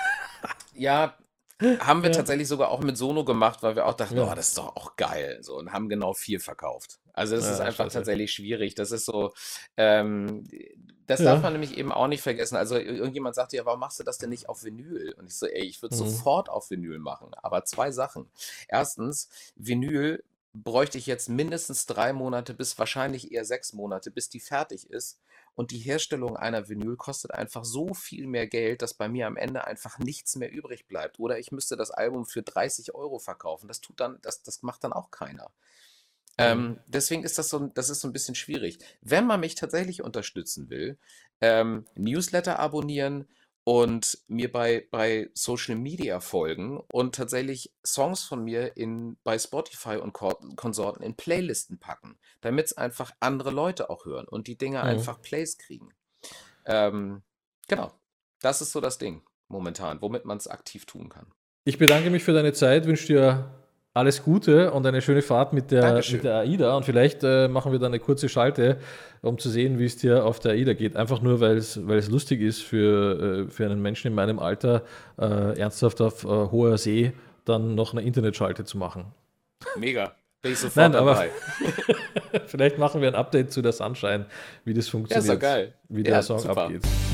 ja, haben wir Ja. tatsächlich sogar auch mit Sono gemacht, weil wir auch dachten, Ja. oh, das ist doch auch geil. So, und haben genau vier verkauft. Also das ist Ah, einfach scheiße. tatsächlich schwierig. Das ist so, ähm, das darf Ja. man nämlich eben auch nicht vergessen. Also ir- irgendjemand sagte ja, warum machst du das denn nicht auf Vinyl? Und ich so, ey, ich würde Mhm. sofort auf Vinyl machen. Aber zwei Sachen. Erstens, Vinyl bräuchte ich jetzt mindestens drei Monate bis wahrscheinlich eher sechs Monate, bis die fertig ist. Und die Herstellung einer Vinyl kostet einfach so viel mehr Geld, dass bei mir am Ende einfach nichts mehr übrig bleibt. Oder ich müsste das Album für dreißig Euro verkaufen. Das tut dann, das, das macht dann auch keiner. Mhm. Ähm, deswegen ist das so, ein- das ist so ein bisschen schwierig. Wenn man mich tatsächlich unterstützen will, ähm, Newsletter abonnieren und mir bei, bei Social Media folgen und tatsächlich Songs von mir in, bei Spotify und Kor- Konsorten in Playlisten packen, damit es einfach andere Leute auch hören und die Dinge Mhm. einfach Plays kriegen. Ähm, genau, das ist so das Ding momentan, womit man es aktiv tun kann. Ich bedanke mich für deine Zeit, wünsche dir alles Gute und eine schöne Fahrt mit der, mit Dankeschön. der AIDA. Und vielleicht äh, machen wir dann eine kurze Schalte, um zu sehen, wie es dir auf der AIDA geht. Einfach nur, weil es, weil es lustig ist für, äh, für einen Menschen in meinem Alter, äh, ernsthaft auf äh, hoher See dann noch eine Internetschalte zu machen. Mega, bin ich sofort Nein, aber dabei. vielleicht machen wir ein Update zu der Sunshine, wie das Ja, ist doch funktioniert, geil. wie der Ja, Song super. abgeht.